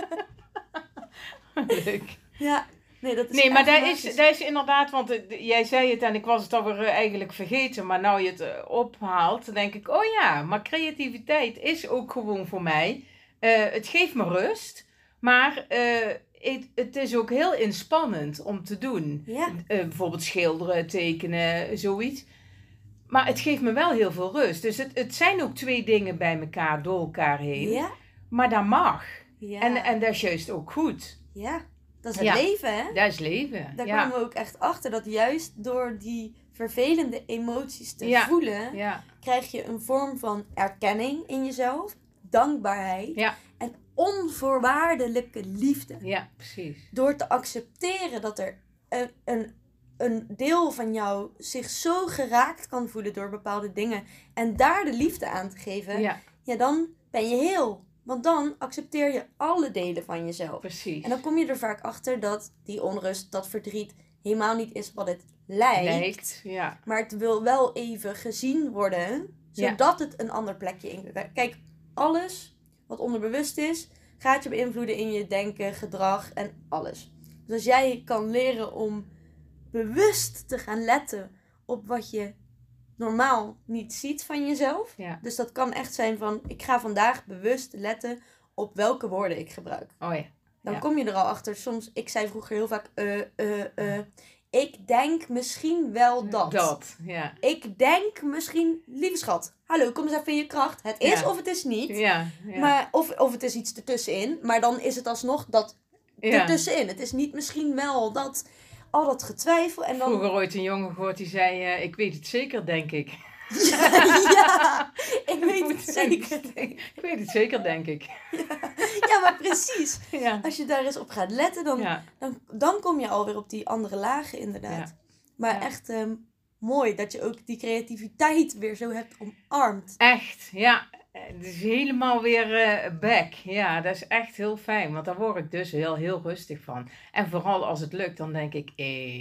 Leuk. Ja. Nee, maar dat is inderdaad, want jij zei het en ik was het alweer eigenlijk vergeten, maar nou je het ophaalt, dan denk ik, oh ja, maar creativiteit is ook gewoon voor mij, het geeft me rust, maar het is ook heel inspannend om te doen. Ja. Bijvoorbeeld schilderen, tekenen, zoiets. Maar het geeft me wel heel veel rust. Dus het zijn ook twee dingen bij elkaar, door elkaar heen. Ja. Maar dat mag. Ja. En dat is juist ook goed. Ja. Dat is het leven, hè? Dat is leven. Daar kwamen we ook echt achter. Dat juist door die vervelende emoties te voelen, krijg je een vorm van erkenning in jezelf, dankbaarheid en onvoorwaardelijke liefde. Ja, precies. Door te accepteren dat er een deel van jou zich zo geraakt kan voelen door bepaalde dingen en daar de liefde aan te geven, dan ben je heel. Want dan accepteer je alle delen van jezelf. Precies. En dan kom je er vaak achter dat die onrust, dat verdriet helemaal niet is wat het lijkt. Ja. Maar het wil wel even gezien worden, zodat het een ander plekje in kan. Kijk, alles wat onderbewust is, gaat je beïnvloeden in je denken, gedrag en alles. Dus als jij kan leren om bewust te gaan letten op wat je normaal niet ziet van jezelf. Ja. Dus dat kan echt zijn van, ik ga vandaag bewust letten op welke woorden ik gebruik. Oh ja. Dan kom je er al achter. Soms, ik zei vroeger heel vaak, ik denk misschien wel dat. Ik denk misschien, lieve schat, hallo, kom eens even in je kracht. Het is of het is niet. Ja. Maar, of het is iets ertussenin. Maar dan is het alsnog dat ertussenin. Het is niet misschien wel dat. al dat getwijfel. En dan... Vroeger ooit een jongen gehoord die zei, ik weet het zeker, denk ik. Ja, ik weet het zeker. Ik weet het zeker, denk ik. Ja, maar precies. Ja. Als je daar eens op gaat letten, dan kom je alweer op die andere lagen inderdaad. Ja. Maar echt mooi dat je ook die creativiteit weer zo hebt omarmd. Echt, ja. Het is helemaal weer back. Ja, dat is echt heel fijn. Want daar word ik dus heel rustig van. En vooral als het lukt, dan denk ik,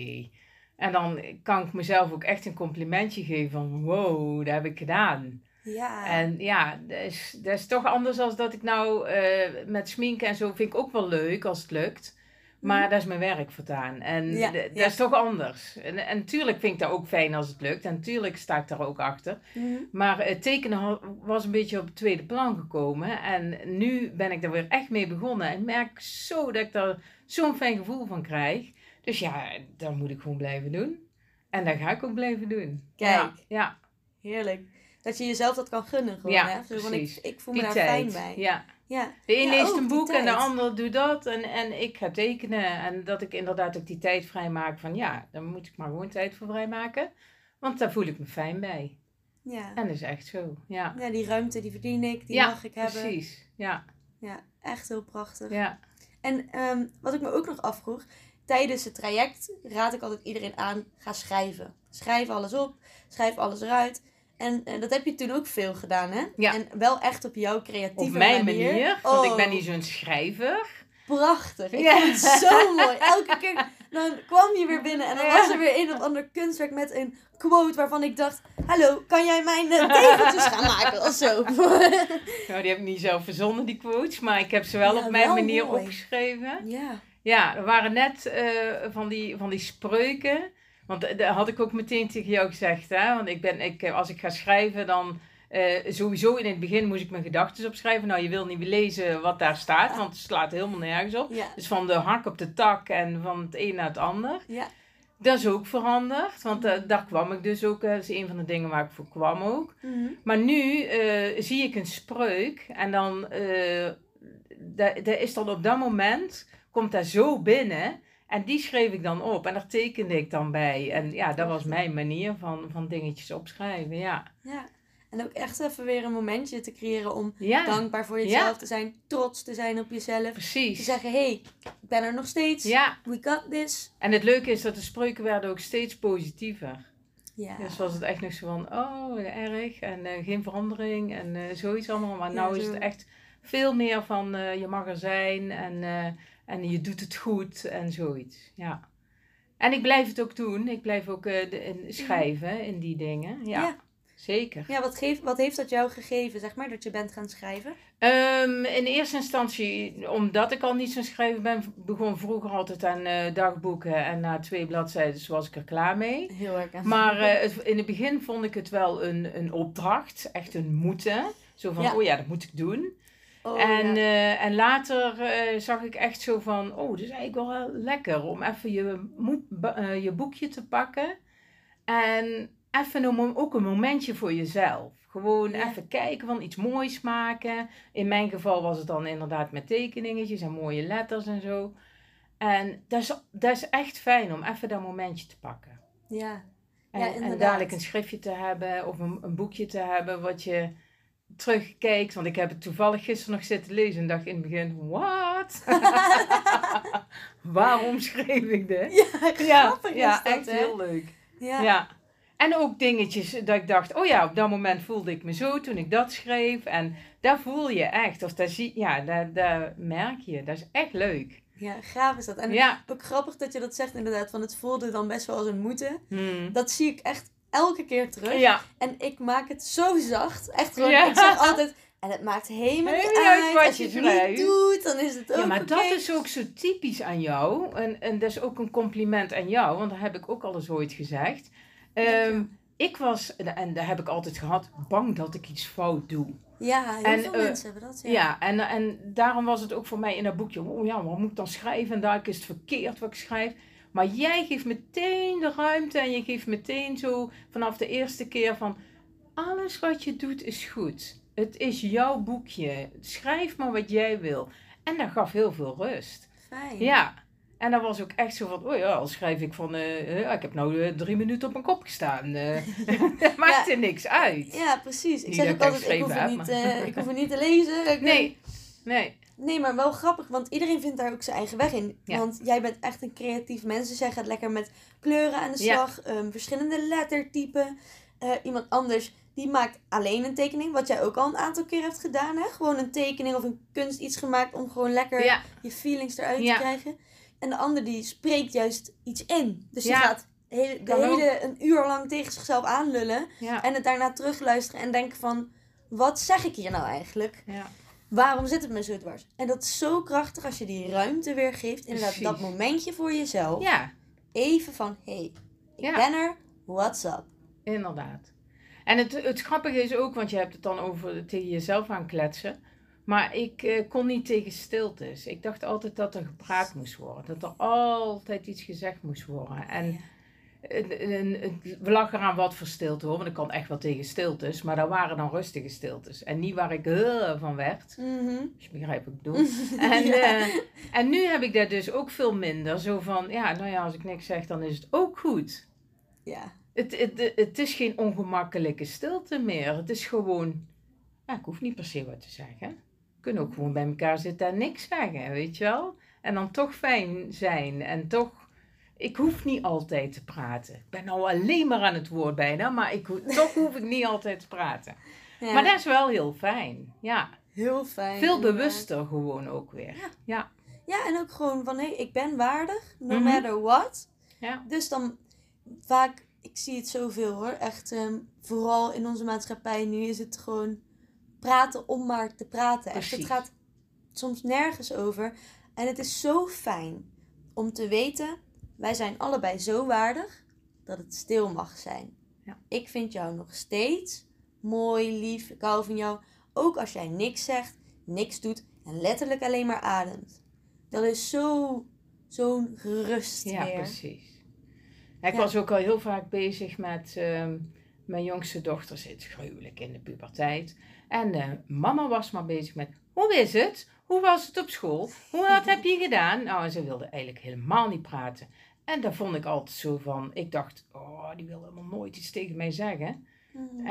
En dan kan ik mezelf ook echt een complimentje geven van, wow, dat heb ik gedaan. Ja. En ja, dat is toch anders dan dat ik nou met sminken en zo vind ik ook wel leuk als het lukt. Maar dat is mijn werk voortaan. En dat is toch anders. En natuurlijk vind ik dat ook fijn als het lukt. En natuurlijk sta ik daar ook achter. Maar het tekenen was een beetje op het tweede plan gekomen. En nu ben ik daar weer echt mee begonnen. En merk zo dat ik daar zo'n fijn gevoel van krijg. Dus ja, dat moet ik gewoon blijven doen. En dat ga ik ook blijven doen. Kijk, ja. Heerlijk. Dat je jezelf dat kan gunnen gewoon, ja, hè? Zo, precies. Want ik voel me daar fijn bij. Ja. Ja. De een leest een boek en de tijd. ander doet dat. En ik ga tekenen. En dat ik inderdaad ook die tijd vrijmaak van ja, dan moet ik maar gewoon tijd voor vrijmaken. Want daar voel ik me fijn bij. Ja. En dat is echt zo, ja. Ja, die ruimte die verdien ik, die mag ik hebben. Precies. Ja, echt heel prachtig. ja. En wat ik me ook nog afvroeg, tijdens het traject raad ik altijd iedereen aan, ga schrijven. Schrijf alles op, schrijf alles eruit. En dat heb je toen ook veel gedaan, hè? Ja. En wel echt op jouw creatieve Op mijn manier, want ik ben niet zo'n schrijver. Prachtig. Ik vond het zo mooi. Elke keer dan kwam je weer binnen en dan was er weer een of ander kunstwerk met een quote waarvan ik dacht, hallo, kan jij mijn tegeltjes gaan maken of zo? Nou, die heb ik niet zelf verzonnen, die quotes, maar ik heb ze wel op mijn manier opgeschreven. Ja. Ja, er waren net van die spreuken. Want dat had ik ook meteen tegen jou gezegd. Hè? Want als ik ga schrijven, dan sowieso in het begin moest ik mijn gedachten opschrijven. Nou, je wil niet lezen wat daar staat, want het slaat helemaal nergens op. Ja. Dus van de hak op de tak en van het een naar het ander. Ja. Dat is ook veranderd, want daar kwam ik dus ook. Dat is een van de dingen waar ik voor kwam ook. Mm-hmm. Maar nu zie ik een spreuk en dan dat is dan op dat moment, komt dat zo binnen. En die schreef ik dan op en daar tekende ik dan bij. En ja, dat was mijn manier van dingetjes opschrijven, ja. Ja, en ook echt even weer een momentje te creëren om dankbaar voor jezelf te zijn. Trots te zijn op jezelf. Precies. Te zeggen, hey, ik ben er nog steeds. Ja. We got this. En het leuke is dat de spreuken werden ook steeds positiever. Ja. Dus was het echt nog zo van, oh, erg. En geen verandering en zoiets allemaal. Maar nou is het echt veel meer van, je mag er zijn en je doet het goed en zoiets, ja. En ik blijf het ook doen. Ik blijf ook schrijven in die dingen. Ja, zeker. Ja, wat heeft dat jou gegeven, zeg maar, dat je bent gaan schrijven? In eerste instantie, omdat ik al niet zo'n schrijver ben, begon vroeger altijd aan dagboeken. En na 2 bladzijden was ik er klaar mee. Heel erg. Maar in het begin vond ik het wel een opdracht. Echt een moeten. Zo van, dat moet ik doen. En later zag ik echt zo van, dat is eigenlijk wel lekker om even je boekje te pakken. En even ook een momentje voor jezelf. Gewoon even kijken van iets moois maken. In mijn geval was het dan inderdaad met tekeningetjes en mooie letters en zo. En dat is echt fijn om even dat momentje te pakken. Ja, en dadelijk een schriftje te hebben of een boekje te hebben wat je terugkijkt. Want ik heb het toevallig gisteren nog zitten lezen en dacht in het begin, wat? Waarom schreef ik dit? Ja, grappig is dat, echt hè? heel leuk. Ja. En ook dingetjes dat ik dacht, op dat moment voelde ik me zo toen ik dat schreef. En daar voel je echt, of daar merk je. Dat is echt leuk. Ja, gaaf is dat. En ook grappig dat je dat zegt inderdaad, want het voelde dan best wel als een moeten. Dat zie ik echt elke keer terug. Ja. En ik maak het zo zacht. Echt gewoon, ik zeg altijd, en het maakt helemaal niet uit. Als je het niet doet, dan is het ook maar dat is ook zo typisch aan jou. En dat is ook een compliment aan jou, want dat heb ik ook al eens ooit gezegd. Ik was, en daar heb ik altijd gehad, bang dat ik iets fout doe. Ja, heel veel mensen hebben dat. Ja, en daarom was het ook voor mij in dat boekje, wat moet ik dan schrijven? En daar is het verkeerd wat ik schrijf. Maar jij geeft meteen de ruimte en je geeft meteen zo vanaf de eerste keer van, alles wat je doet is goed. Het is jouw boekje. Schrijf maar wat jij wil. En dat gaf heel veel rust. Fijn. Ja. En dat was ook echt zo van, oh ja, al schrijf ik van, ik heb nou 3 minuten op mijn kop gestaan. Dat maakt er niks uit. Ja, precies. Ik Niet zeg dat ook ik altijd, ik hoef, geschreven het heb, niet, ik hoef het niet te lezen. Nee. Nee, maar wel grappig, want iedereen vindt daar ook zijn eigen weg in. Ja. Want jij bent echt een creatief mens, dus jij gaat lekker met kleuren aan de slag, verschillende lettertypen. Iemand anders, die maakt alleen een tekening, wat jij ook al een aantal keer hebt gedaan, hè? Gewoon een tekening of een kunst iets gemaakt om gewoon lekker je feelings eruit te krijgen. En de ander die spreekt juist iets in. Dus die gaat een uur lang tegen zichzelf aanlullen en het daarna terugluisteren en denken van, wat zeg ik hier nou eigenlijk? Ja. Waarom zit het me zo dwars? En dat is zo krachtig als je die ruimte weer geeft. Inderdaad, dat momentje voor jezelf. Ja. Even van, hey, ik ben er, what's up? Inderdaad. En het grappige is ook, want je hebt het dan over tegen jezelf aan kletsen. Maar ik kon niet tegen stiltes. Ik dacht altijd dat er gepraat moest worden. Dat er altijd iets gezegd moest worden. En we lachen eraan wat voor stilte hoor. Want ik kan echt wel tegen stiltes. Maar dat waren dan rustige stiltes. En niet waar ik van werd. Mm-hmm. Als je begrijpt wat ik bedoel. En nu heb ik dat dus ook veel minder. Zo van, als ik niks zeg, dan is het ook goed. Ja. Het is geen ongemakkelijke stilte meer. Het is gewoon, ik hoef niet per se wat te zeggen. We kunnen ook gewoon bij elkaar zitten en niks zeggen, weet je wel. En dan toch fijn zijn. En toch, ik hoef niet altijd te praten. Ik ben nou alleen maar aan het woord bijna, maar toch hoef ik niet altijd te praten. Ja. Maar dat is wel heel fijn, ja. Heel fijn. Veel bewuster gewoon ook weer. Ja. Ja, en ook gewoon van, ik ben waardig, no matter what. Ja. Dus dan vaak, ik zie het zoveel hoor, echt vooral in onze maatschappij nu is het gewoon praten om maar te praten. Echt, het gaat soms nergens over. En het is zo fijn om te weten, wij zijn allebei zo waardig dat het stil mag zijn. Ja. Ik vind jou nog steeds mooi, lief, ik hou van jou. Ook als jij niks zegt, niks doet en letterlijk alleen maar ademt. Dat is zo'n rust weer. Ja, precies. Ik was ook al heel vaak bezig met mijn jongste dochter zit gruwelijk in de puberteit. En mama was maar bezig met, hoe is het? Hoe was het op school? Wat heb je gedaan? Nou, en ze wilde eigenlijk helemaal niet praten. En daar vond ik altijd zo van, ik dacht, die wil helemaal nooit iets tegen mij zeggen. Mm.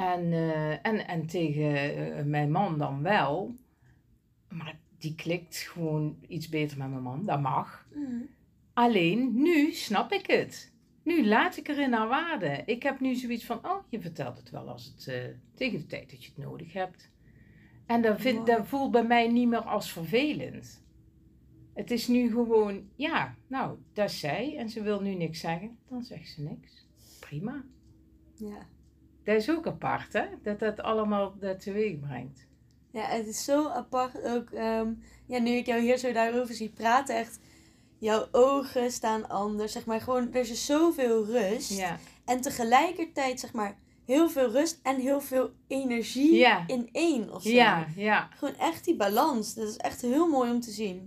En tegen mijn man dan wel. Maar die klikt gewoon iets beter met mijn man, dat mag. Mm. Alleen, nu snap ik het. Nu laat ik erin haar waarde. Ik heb nu zoiets van, je vertelt het wel als het tegen de tijd dat je het nodig hebt. En dat voelt bij mij niet meer als vervelend. Het is nu gewoon, dat is zij en ze wil nu niks zeggen. Dan zegt ze niks. Prima. Ja. Dat is ook apart, hè? Dat allemaal dat teweeg brengt. Ja, het is zo apart ook. Nu ik jou hier zo daarover zie praten, echt. Jouw ogen staan anders, zeg maar. Gewoon, er is zoveel rust. Ja. En tegelijkertijd, zeg maar, heel veel rust en heel veel energie in één of zo. Ja. Gewoon echt die balans. Dat is echt heel mooi om te zien.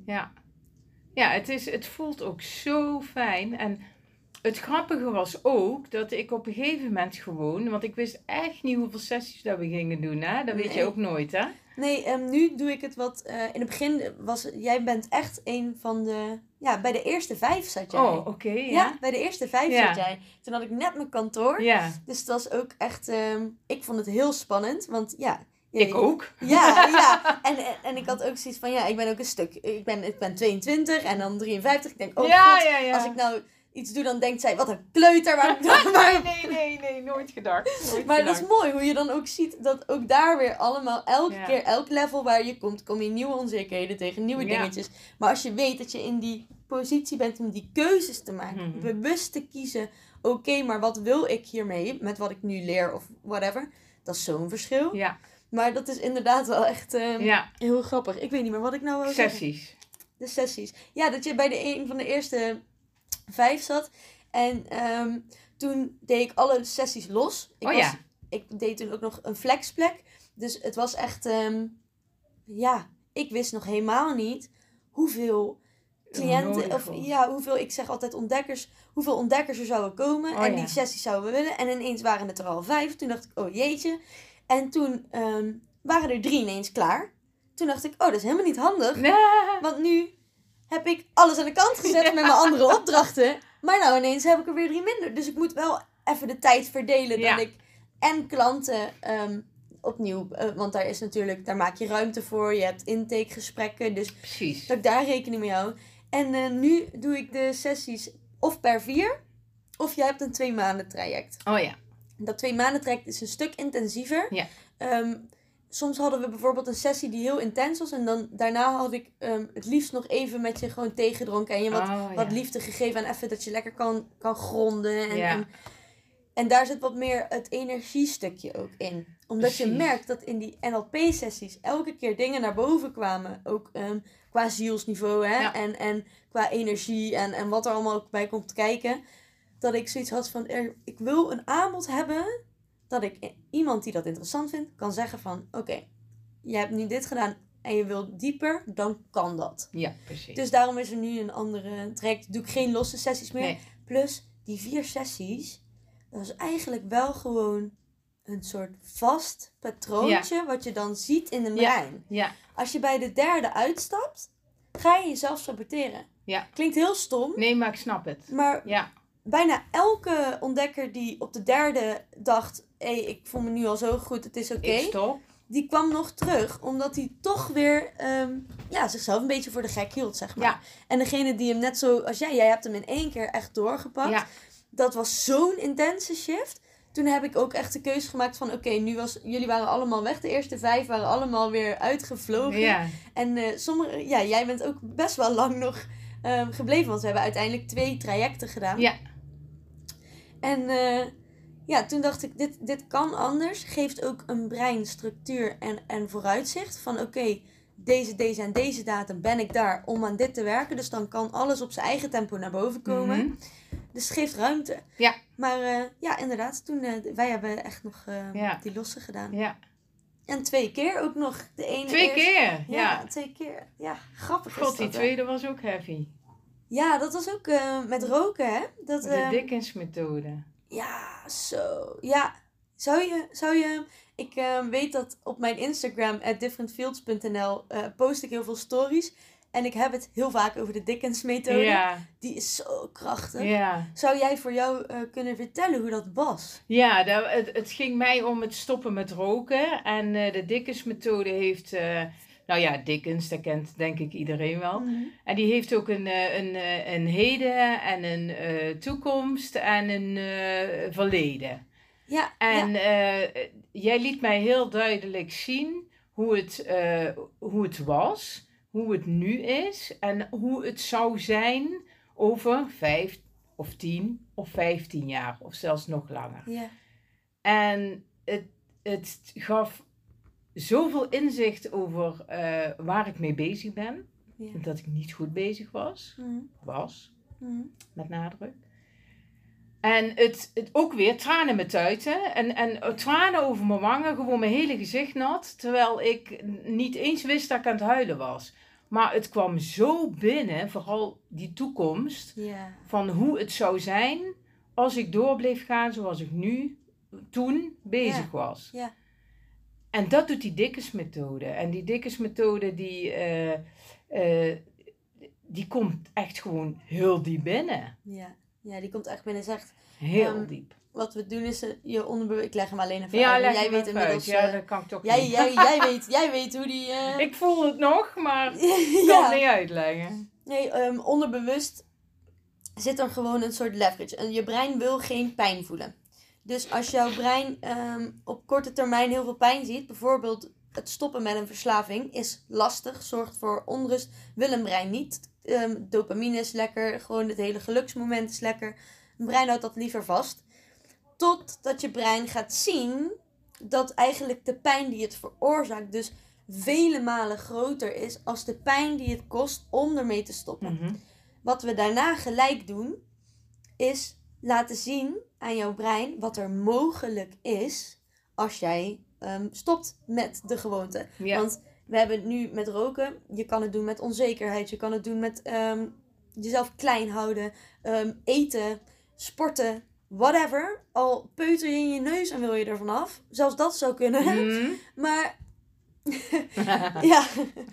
Ja, het voelt ook zo fijn. En het grappige was ook dat ik op een gegeven moment gewoon, want ik wist echt niet hoeveel sessies dat we gingen doen, hè? Dat weet je ook nooit, hè? Nee, nu doe ik het wat... in het begin jij bent echt een van de... Ja, bij de eerste 5 zat jij. Oh, oké, ja. Bij de eerste 5 zat jij. Toen had ik net mijn kantoor. Ja. Dus het was ook echt... ik vond het heel spannend, want ik ook. Ja. En ik had ook zoiets van, ik ben ook een stuk... Ik ben 22 en dan 53. Ik denk, als ik nou iets doe, dan denkt zij, wat een kleuter. Nee, nooit gedacht. Maar dat is mooi, hoe je dan ook ziet dat ook daar weer allemaal, elke keer, elk level waar je komt, kom je nieuwe onzekerheden tegen, nieuwe dingetjes. Maar als je weet dat je in die positie bent om die keuzes te maken, bewust te kiezen, oké, maar wat wil ik hiermee, met wat ik nu leer of whatever, dat is zo'n verschil. Ja. Maar dat is inderdaad wel echt heel grappig. Ik weet niet meer wat ik nou wil zeggen. Sessies. De sessies. Ja, dat je bij een van de eerste 5 zat. En toen deed ik alle sessies los. Ik deed toen ook nog een flexplek. Dus het was echt... ik wist nog helemaal niet hoeveel cliënten... hoeveel, ik zeg altijd ontdekkers... Hoeveel ontdekkers er zouden komen. En die sessies zouden we willen. En ineens waren het er al 5. Toen dacht ik, oh jeetje. En toen waren er 3 ineens klaar. Toen dacht ik, dat is helemaal niet handig. Want nu heb ik alles aan de kant gezet met mijn andere opdrachten. Maar nou ineens heb ik er weer 3 minder. Dus ik moet wel even de tijd verdelen dat ik en klanten opnieuw, want daar maak je ruimte voor. Je hebt intakegesprekken, dus Precies. dat ik daar rekening mee hou. En nu doe ik de sessies of per 4, of je hebt een 2 maanden traject. Oh ja. Dat 2 maanden traject is een stuk intensiever. Ja. Soms hadden we bijvoorbeeld een sessie die heel intens was. En dan daarna had ik het liefst nog even met je gewoon thee gedronken. En je wat liefde gegeven. En even dat je lekker kan gronden. En daar zit wat meer het energiestukje ook in. Omdat je merkt dat in die NLP-sessies elke keer dingen naar boven kwamen. Ook qua zielsniveau en qua energie en wat er allemaal ook bij komt kijken. Dat ik zoiets had van, ik wil een aanbod hebben dat ik iemand die dat interessant vindt kan zeggen van, oké, je hebt nu dit gedaan en je wilt dieper, dan kan dat. Ja, precies. Dus daarom is er nu een andere traject. Doe ik geen losse sessies meer. Nee. Plus, die 4 sessies, dat is eigenlijk wel gewoon een soort vast patroontje wat je dan ziet in de brein. Ja. Als je bij de 3e uitstapt, ga je jezelf saboteren. Ja. Klinkt heel stom. Nee, maar ik snap het. Maar bijna elke ontdekker die op de 3e dacht, ik voel me nu al zo goed, het is oké. Die kwam nog terug, omdat hij toch weer zichzelf een beetje voor de gek hield, zeg maar. Ja. En degene die hem net zo als jij hebt hem in 1 keer echt doorgepakt. Ja. Dat was zo'n intense shift. Toen heb ik ook echt de keuze gemaakt van, jullie waren allemaal weg. De eerste 5 waren allemaal weer uitgevlogen. Ja. En jij bent ook best wel lang nog gebleven, want we hebben uiteindelijk 2 trajecten gedaan. Ja. En toen dacht ik, dit kan anders. Geeft ook een brein structuur en vooruitzicht. Van deze en deze datum ben ik daar om aan dit te werken. Dus dan kan alles op zijn eigen tempo naar boven komen. Mm-hmm. Dus het geeft ruimte. Ja. Maar inderdaad, toen wij hebben echt nog die losse gedaan. Ja. En 2 keer ook nog. De ene 2 keer? Ja, 2 keer. Ja, grappig. God, die tweede was ook heavy. Ja, dat was ook met roken, hè? De Dickens-methode. Ja, zo. Ja, zou je... Ik weet dat op mijn Instagram, @differentfields.nl, post ik heel veel stories. En ik heb het heel vaak over de Dickens-methode. Ja. Die is zo krachtig. Ja. Zou jij voor jou kunnen vertellen hoe dat was? Ja, het ging mij om het stoppen met roken. En de Dickens-methode heeft... Dickens, dat kent denk ik iedereen wel. Mm-hmm. En die heeft ook een heden en een toekomst en een verleden. Ja. En jij liet mij heel duidelijk zien hoe het was, hoe het nu is en hoe het zou zijn over 5 of 10 of 15 jaar of zelfs nog langer. Ja. En het gaf zoveel inzicht over waar ik mee bezig ben. Ja. Dat ik niet goed bezig was. Mm. Met nadruk. En het ook weer tranen met tuiten. En tranen over mijn wangen. Gewoon mijn hele gezicht nat. Terwijl ik niet eens wist dat ik aan het huilen was. Maar het kwam zo binnen. Vooral die toekomst. Yeah. Van hoe het zou zijn. Als ik door bleef gaan zoals ik toen bezig was. Yeah. En dat doet die Dickens-methode. En die Dickens-methode die komt echt gewoon heel diep binnen. Ja, die komt echt binnen. Zegt heel diep. Wat we doen is je onderbewust. Ik leg hem alleen even uit. Ja, jij weet inmiddels. Ja, dat kan ik toch niet. Jij weet hoe die... Ik voel het nog, maar ik kan het niet uitleggen. Nee, onderbewust zit er gewoon een soort leverage. En je brein wil geen pijn voelen. Dus als jouw brein op korte termijn heel veel pijn ziet, bijvoorbeeld het stoppen met een verslaving is lastig, zorgt voor onrust, wil een brein niet. Dopamine is lekker, gewoon het hele geluksmoment is lekker. Een brein houdt dat liever vast. Totdat je brein gaat zien dat eigenlijk de pijn die het veroorzaakt dus vele malen groter is als de pijn die het kost om ermee te stoppen. Mm-hmm. Wat we daarna gelijk doen, is laten zien aan jouw brein wat er mogelijk is als jij stopt met de gewoonte. Ja. Want we hebben het nu met roken. Je kan het doen met onzekerheid. Je kan het doen met jezelf klein houden. Eten, sporten, whatever. Al peuter je in je neus en wil je er vanaf. Zelfs dat zou kunnen. Mm. Maar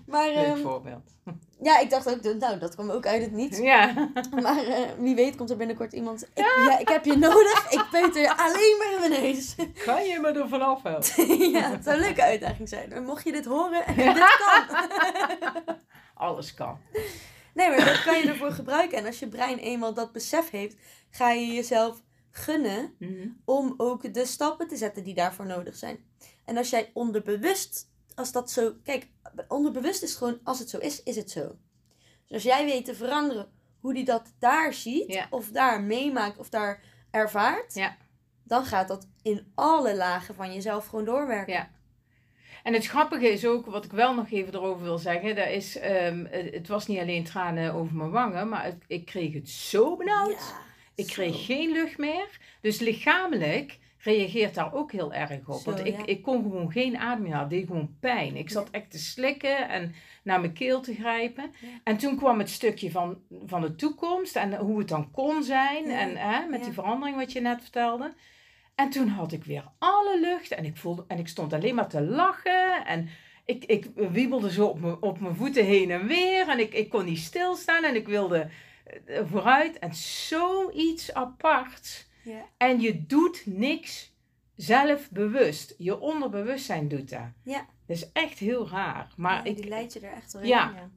Maar, Leuk voorbeeld. Ja, ik dacht ook, nou, dat kwam ook uit het niets. Ja. Maar wie weet komt er binnenkort iemand... Ik heb je nodig, ik peuter je alleen maar in mijn neus. Kan je me er vanaf helpen? Ja, het zou een leuke uitdaging zijn. Maar mocht je dit horen, dit kan. Alles kan. Nee, maar dat kan je ervoor gebruiken. En als je brein eenmaal dat besef heeft, ga je jezelf gunnen om ook de stappen te zetten die daarvoor nodig zijn. En als jij onderbewust, als dat zo... Kijk, onderbewust is gewoon, als het zo is, is het zo. Dus als jij weet te veranderen hoe die dat daar ziet, of daar meemaakt, of daar ervaart, dan gaat dat in alle lagen van jezelf gewoon doorwerken. Ja. En het grappige is ook, wat ik wel nog even erover wil zeggen, dat is, het was niet alleen tranen over mijn wangen, maar ik kreeg het zo benauwd. Ja, ik kreeg geen lucht meer. Dus lichamelijk reageert daar ook heel erg op. Zo, want ik kon gewoon geen adem meer halen. Het deed gewoon pijn. Ik zat echt te slikken en naar mijn keel te grijpen. Ja. En toen kwam het stukje van de toekomst en hoe het dan kon zijn. Ja. En met die verandering wat je net vertelde. En toen had ik weer alle lucht en ik stond alleen maar te lachen. En ik wiebelde zo op mijn voeten heen en weer. En ik kon niet stilstaan en ik wilde vooruit. En zoiets aparts. Ja. En je doet niks zelfbewust. Je onderbewustzijn doet dat. Ja. Dat is echt heel raar. Maar die leidt je er echt doorheen.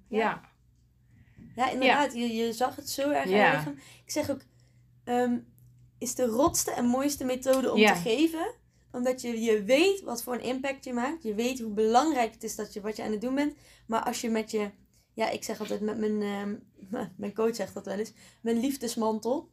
Ja, inderdaad. Ja. Je zag het zo erg aan. Ik zeg ook, is de rotste en mooiste methode om te geven. Omdat je weet wat voor een impact je maakt. Je weet hoe belangrijk het is wat je aan het doen bent. Maar als je met je... Ja, ik zeg altijd met mijn coach zegt dat wel eens. Mijn liefdesmantel.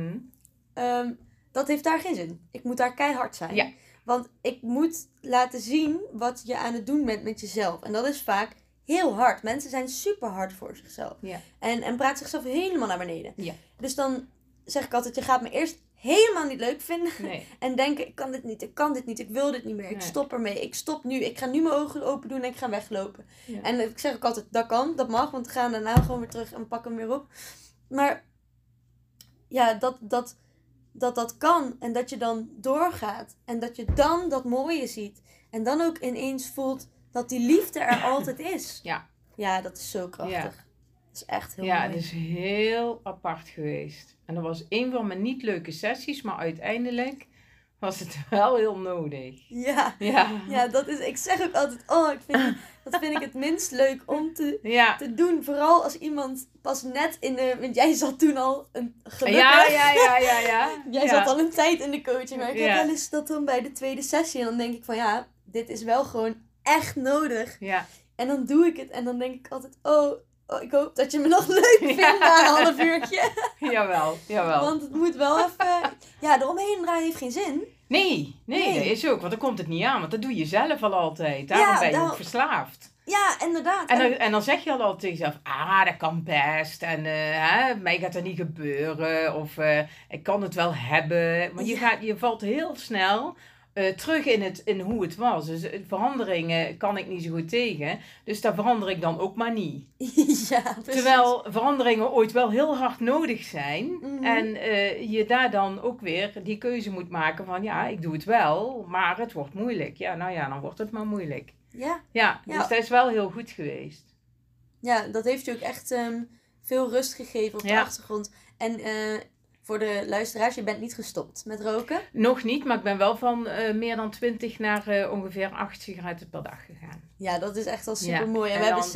Dat heeft daar geen zin. Ik moet daar keihard zijn. Ja. Want ik moet laten zien wat je aan het doen bent met jezelf. En dat is vaak heel hard. Mensen zijn super hard voor zichzelf. Ja. En praten zichzelf helemaal naar beneden. Ja. Dus dan zeg ik altijd, je gaat me eerst helemaal niet leuk vinden. Nee. En denken, ik kan dit niet, ik wil dit niet meer. Ik stop ermee, ik stop nu. Ik ga nu mijn ogen open doen en ik ga weglopen. Ja. En ik zeg ook altijd, dat kan, dat mag. Want we gaan daarna gewoon weer terug en pakken hem weer op. Maar ja, dat kan. En dat je dan doorgaat. En dat je dan dat mooie ziet. En dan ook ineens voelt dat die liefde er altijd is. Ja. Ja, dat is zo krachtig. Ja. Dat is echt heel mooi. Ja, het is heel apart geweest. En dat was een van mijn niet leuke sessies. Maar uiteindelijk was het wel heel nodig. Ja, dat is... Ik zeg ook altijd... dat vind ik het minst leuk om te doen. Vooral als iemand pas net in de... Want jij zat toen al gelukkig. Ja. Jij zat al een tijd in de coaching. Maar ik heb wel eens dat dan bij de tweede sessie. En dan denk ik van dit is wel gewoon echt nodig. Ja. En dan doe ik het. En dan denk ik altijd... ik hoop dat je me nog leuk vindt na een half uurtje. Jawel. Want het moet wel even... eromheen draaien heeft geen zin. Nee, dat is ook. Want dan komt het niet aan. Want dat doe je zelf al altijd. Daarom ben je ook verslaafd. Ja, inderdaad. En dan zeg je al altijd tegen jezelf... dat kan best. En mij gaat dat niet gebeuren. Of ik kan het wel hebben. Maar je valt heel snel... terug in hoe het was. Dus veranderingen kan ik niet zo goed tegen. Dus daar verander ik dan ook maar niet. Ja, precies. Terwijl veranderingen ooit wel heel hard nodig zijn. Mm-hmm. En je daar dan ook weer die keuze moet maken van... ik doe het wel, maar het wordt moeilijk. Dan wordt het maar moeilijk. Ja, dus dat is wel heel goed geweest. Ja, dat heeft je ook echt veel rust gegeven op de achtergrond. En... voor de luisteraars, je bent niet gestopt met roken? Nog niet, maar ik ben wel van meer dan 20 naar ongeveer 8 sigaretten per dag gegaan. Ja, dat is echt al super mooi. En we hebben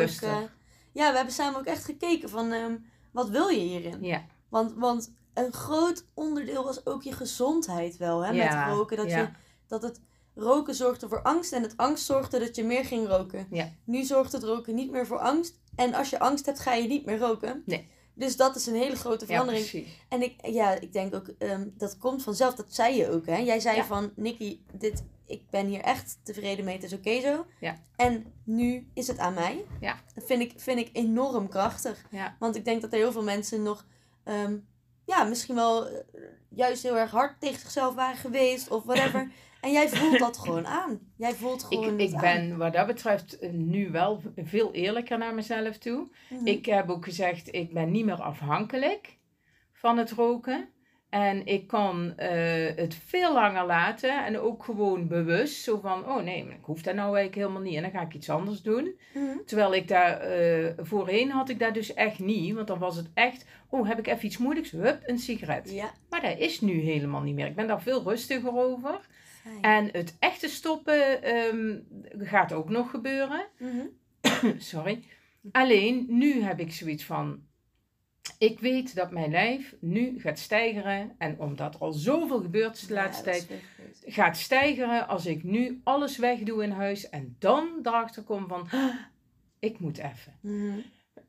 samen ook echt gekeken van wat wil je hierin? Ja. Want een groot onderdeel was ook je gezondheid wel, hè, met roken. Roken zorgde voor angst en het angst zorgde dat je meer ging roken. Ja. Nu zorgt het roken niet meer voor angst. En als je angst hebt, ga je niet meer roken. Nee. Dus dat is een hele grote verandering. Ja, precies. En ik denk ook, dat komt vanzelf. Dat zei je ook, hè? Jij zei van, Nikki, ik ben hier echt tevreden mee. Het is oké zo. Ja. En nu is het aan mij. Ja. Dat vind ik enorm krachtig. Ja. Want ik denk dat er heel veel mensen nog, misschien wel juist heel erg hard tegen zichzelf waren geweest. Of whatever. En jij voelt dat gewoon aan. Jij voelt gewoon ik ben wat dat betreft nu wel veel eerlijker naar mezelf toe. Mm-hmm. Ik heb ook gezegd, ik ben niet meer afhankelijk van het roken. En ik kan het veel langer laten en ook gewoon bewust. Zo van, oh nee, ik hoef dat nou eigenlijk helemaal niet. En dan ga ik iets anders doen. Mhm. Terwijl ik daar, voorheen had ik dat dus echt niet. Want dan was het echt, oh heb ik even iets moeilijks? Hup, een sigaret. Ja, Maar dat is nu helemaal niet meer. Ik ben daar veel rustiger over. fijn. En het echte stoppen gaat ook nog gebeuren. Mhm. Sorry. Alleen, nu heb ik zoiets van... Ik weet dat mijn lijf nu gaat stijgeren. En omdat er al zoveel gebeurd is de laatste Ja, dat is tijd... weer goed. gaat stijgeren als ik nu alles wegdoe in huis. En dan erachter kom van... ik moet even. Mhm.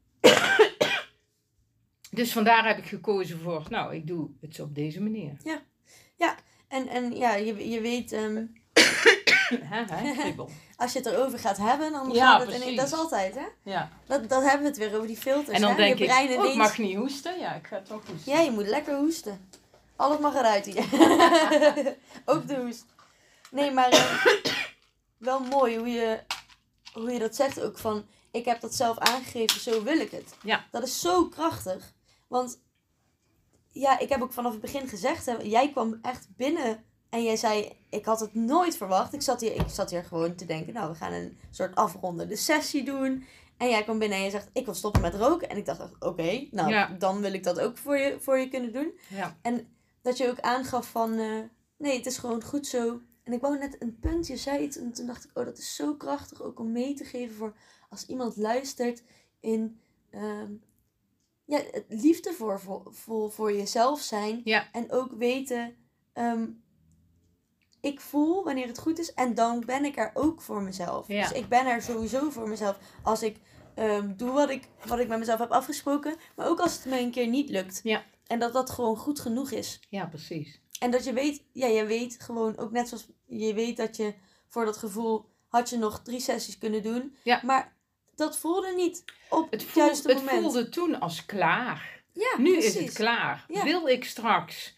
Dus vandaar heb ik gekozen voor... Nou, ik doe het zo op deze manier. En ja, je weet, Kriebel. als je het erover gaat hebben, dan Ja, gaat het precies. dat is altijd, hè? Ja. Dan hebben we het weer over die filters. En dan hè? denk je brein ik, ik ineens... mag niet hoesten. Ja, ik ga toch hoesten. Ja, je moet lekker hoesten. Alles mag eruit hier. Ook de hoest. Nee, maar wel mooi hoe je dat zegt ook van... Ik heb dat zelf aangegeven, zo wil ik het. Ja. Dat is zo krachtig. Want ja, ik heb ook vanaf het begin gezegd... Hè, jij kwam echt binnen en jij zei... Ik had het nooit verwacht. Ik zat hier gewoon te denken... Nou, we gaan een soort afrondende sessie doen. En jij kwam binnen en je zegt... Ik wil stoppen met roken. En ik dacht, oké, nou, Ja. dan wil ik dat ook voor je kunnen doen. Ja. En dat je ook aangaf van... nee, het is gewoon goed zo. En ik wou net een punt, je zei het. En toen dacht ik, oh, dat is zo krachtig ook om mee te geven voor... Als iemand luistert in... het liefde voor jezelf zijn. Ja. En ook weten... ik voel wanneer het goed is. En dan ben ik er ook voor mezelf. Ja. Dus ik ben er sowieso voor mezelf. Als ik doe wat ik met mezelf heb afgesproken. Maar ook als het me een keer niet lukt. Ja. En dat gewoon goed genoeg is. Ja, precies. En dat je weet... Ja, je weet gewoon ook net zoals... Je weet dat je voor dat gevoel... Had je nog 3 sessies kunnen doen. Ja. Maar dat voelde niet op het, Het juiste moment. voelde toen als klaar. Ja, Nu precies. is het klaar. Ja. Wil ik straks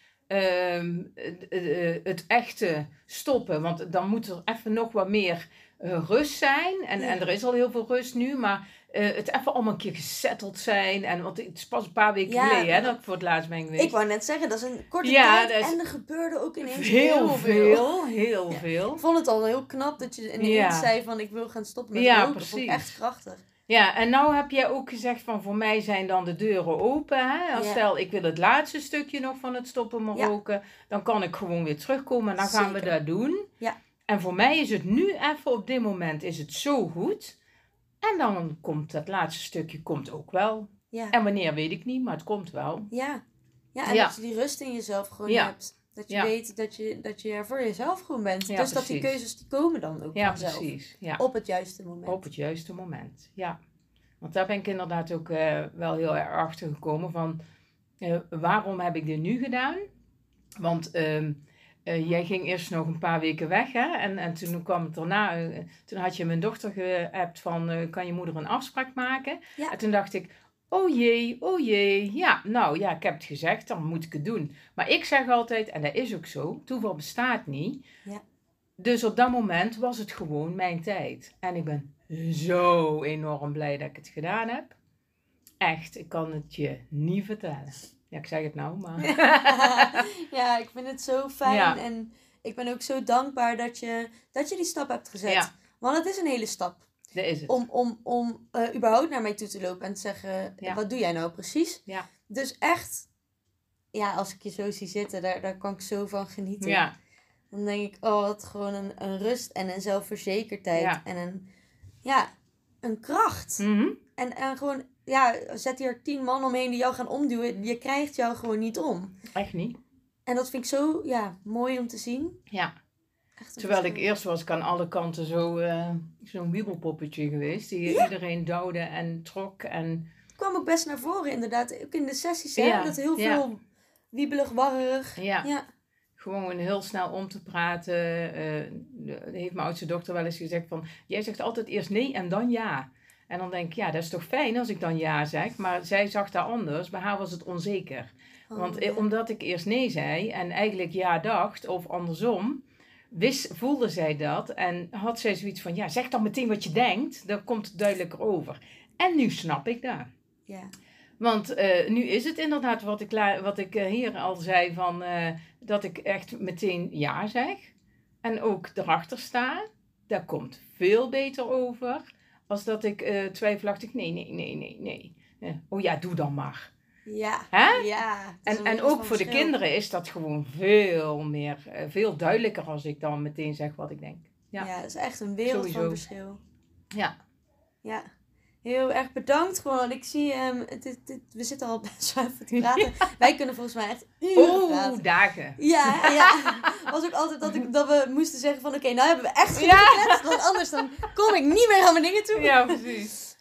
het echte stoppen? Want dan moet er even nog wat meer rust zijn. En er is al heel veel rust nu. Maar het even allemaal een keer gesetteld zijn. En, want het is pas een paar weken Ja, geleden hè, dat ik voor het laatst ben geweest. Ik wou net zeggen, dat is een korte Ja, tijd. dat is En er gebeurde ook ineens heel veel. heel Ja. veel. Ik vond het al heel knap dat je ineens Ja. zei van... Ik wil gaan stoppen met Ja, roken. Dat vond ik precies. echt krachtig. Ja, en nou heb jij ook gezegd van voor mij zijn dan de deuren open. Hè? Als Ja. Stel, ik wil het laatste stukje nog van het stoppen met Ja. roken. Dan kan ik gewoon weer terugkomen en dan gaan we Zeker. dat doen. Ja. En voor mij is het nu even op dit moment is het zo goed. En dan komt dat laatste stukje komt ook wel. Ja. En wanneer weet ik niet, maar het komt wel. Ja. Ja, en Ja. dat je die rust in jezelf gewoon Ja. hebt. Dat je Ja. weet dat je er voor jezelf gewoon bent. Ja, dus dat die precies. keuzes die komen dan ook Ja, vanzelf. precies. Ja. Op het juiste moment. Op het juiste moment, ja. Want daar ben ik inderdaad ook wel heel erg achter gekomen van... waarom heb ik dit nu gedaan? Want jij ging eerst nog een paar weken weg, hè? En toen kwam het daarna... toen had je mijn dochter geappt van... kan je moeder een afspraak maken? Ja. En toen dacht ik... oh jee. Ja, nou ja, ik heb het gezegd, dan moet ik het doen. Maar ik zeg altijd, en dat is ook zo... toeval bestaat niet. Ja. Dus op dat moment was het gewoon mijn tijd. En ik ben zo enorm blij dat ik het gedaan heb. Echt, ik kan het je niet vertellen. Ja, ik zeg het nou, maar... Ja, ik vind het zo fijn. Ja. En ik ben ook zo dankbaar dat je die stap hebt gezet. Ja. Want het is een hele stap. Dat is het. Om überhaupt naar mij toe te lopen en te zeggen... Ja. Wat doe jij nou precies? Ja. Dus echt... Ja, als ik je zo zie zitten, daar kan ik zo van genieten. Ja, Dan denk ik, oh, wat gewoon een rust en een zelfverzekerdheid. Ja. En een kracht. mhm. En gewoon, zet hier 10 man omheen die jou gaan omduwen. Je krijgt jou gewoon niet om. Echt niet. En dat vind ik zo, mooi om te zien. Ja. Echt om Terwijl te ik zien. eerst was ik aan alle kanten zo'n wiebelpoppetje geweest. Die iedereen duwde en trok. En Het kwam ook best naar voren inderdaad. Ook in de sessies, hè. Ja, Dat heel ja. veel wiebelig, warrig. ja, Ja. gewoon heel snel om te praten. Heeft mijn oudste dochter wel eens gezegd van... Jij zegt altijd eerst nee en dan ja. En dan denk ik, ja, dat is toch fijn als ik dan ja zeg. Maar zij zag dat anders. Bij haar was het onzeker. Want ja. omdat ik eerst nee zei en eigenlijk ja dacht, of andersom, voelde zij dat. En had zij zoiets van, ja, zeg dan meteen wat je denkt. Dan komt het duidelijker over. En nu snap ik dat. Ja. Want nu is het inderdaad wat ik hier al zei, van, dat ik echt meteen ja zeg. En ook erachter sta. Dat komt veel beter over. Als dat ik twijfelachtig, nee. Oh ja, doe dan maar. Ja. Hè? Ja. En ook voor de kinderen is dat gewoon veel duidelijker als ik dan meteen zeg wat ik denk. Ja, Ja, dat is echt een wereld Sowieso. van verschil. Ja. Ja. Heel erg bedankt gewoon. Ik zie, we zitten al best wel even te praten. Wij kunnen volgens mij echt uren praten. Dagen. Ja. Was ook altijd dat we moesten zeggen van oké, nou hebben we echt genoeg gekletst. Want anders dan kom ik niet meer aan mijn dingen toe. Ja, precies.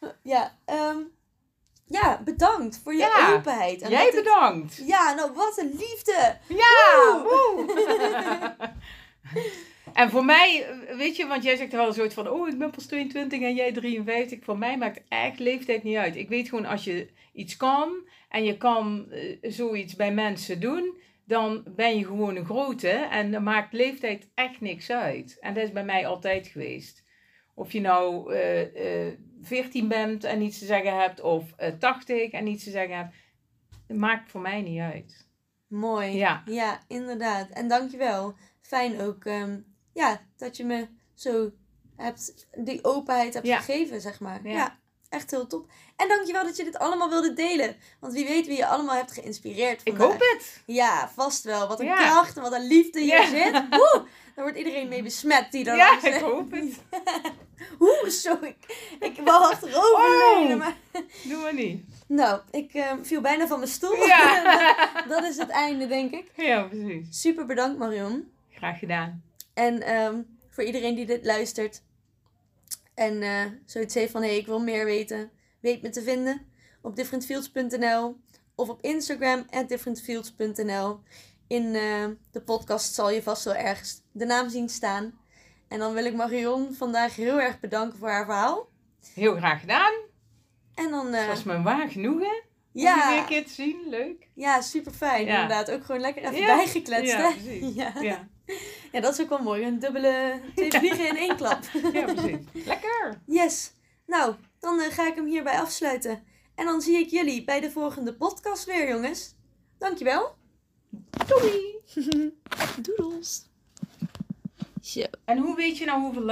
Ja, bedankt voor je openheid. En Jij bedankt. Ja, nou wat een liefde. Ja, woe. En voor mij, weet je, want jij zegt wel een soort van, oh, ik ben pas 22 en jij 53. Voor mij maakt echt leeftijd niet uit. Ik weet gewoon, als je iets kan en je kan zoiets bij mensen doen, dan ben je gewoon een grote en dan maakt leeftijd echt niks uit. En dat is bij mij altijd geweest. Of je nou 14 bent en niets te zeggen hebt, of 80 en niets te zeggen hebt, het maakt voor mij niet uit. Mooi. Ja. Ja, inderdaad. En dankjewel. Fijn ook dat je me zo die openheid hebt gegeven, zeg maar. Ja, echt heel top. En dankjewel dat je dit allemaal wilde delen. Want wie weet wie je allemaal hebt geïnspireerd vandaag. Ik hoop het. Ja, vast wel. Wat een kracht en wat een liefde hier zit. Woe, daar wordt iedereen mee besmet die er Ja, ik hoop het. Sorry. Ik wou achterover leunen, maar... Doe maar niet. Nou, ik viel bijna van mijn stoel. Ja. Dat is het einde, denk ik. Ja, precies. Super bedankt, Marion. Graag gedaan. En voor iedereen die dit luistert en zoiets heeft van, ik wil meer weten, weet me te vinden op differentfields.nl of op Instagram @differentfields.nl. In de podcast zal je vast wel ergens de naam zien staan. En dan wil ik Marion vandaag heel erg bedanken voor haar verhaal. Heel graag gedaan. En dan... Het was me waar genoegen. Om Ja. je weer een keer te zien. Leuk. Ja, super fijn. Ja. Inderdaad. Ook gewoon lekker even Ja. bijgekletst. Ja, Hè? precies. Ja. Ja. Ja, dat is ook wel mooi. Een twee vliegen in één klap. Ja, precies. Lekker. Yes. Nou, dan ga ik hem hierbij afsluiten. En dan zie ik jullie bij de volgende podcast weer, jongens. Dankjewel. Doei. Doedels. Zo. En hoe weet je nou hoeveel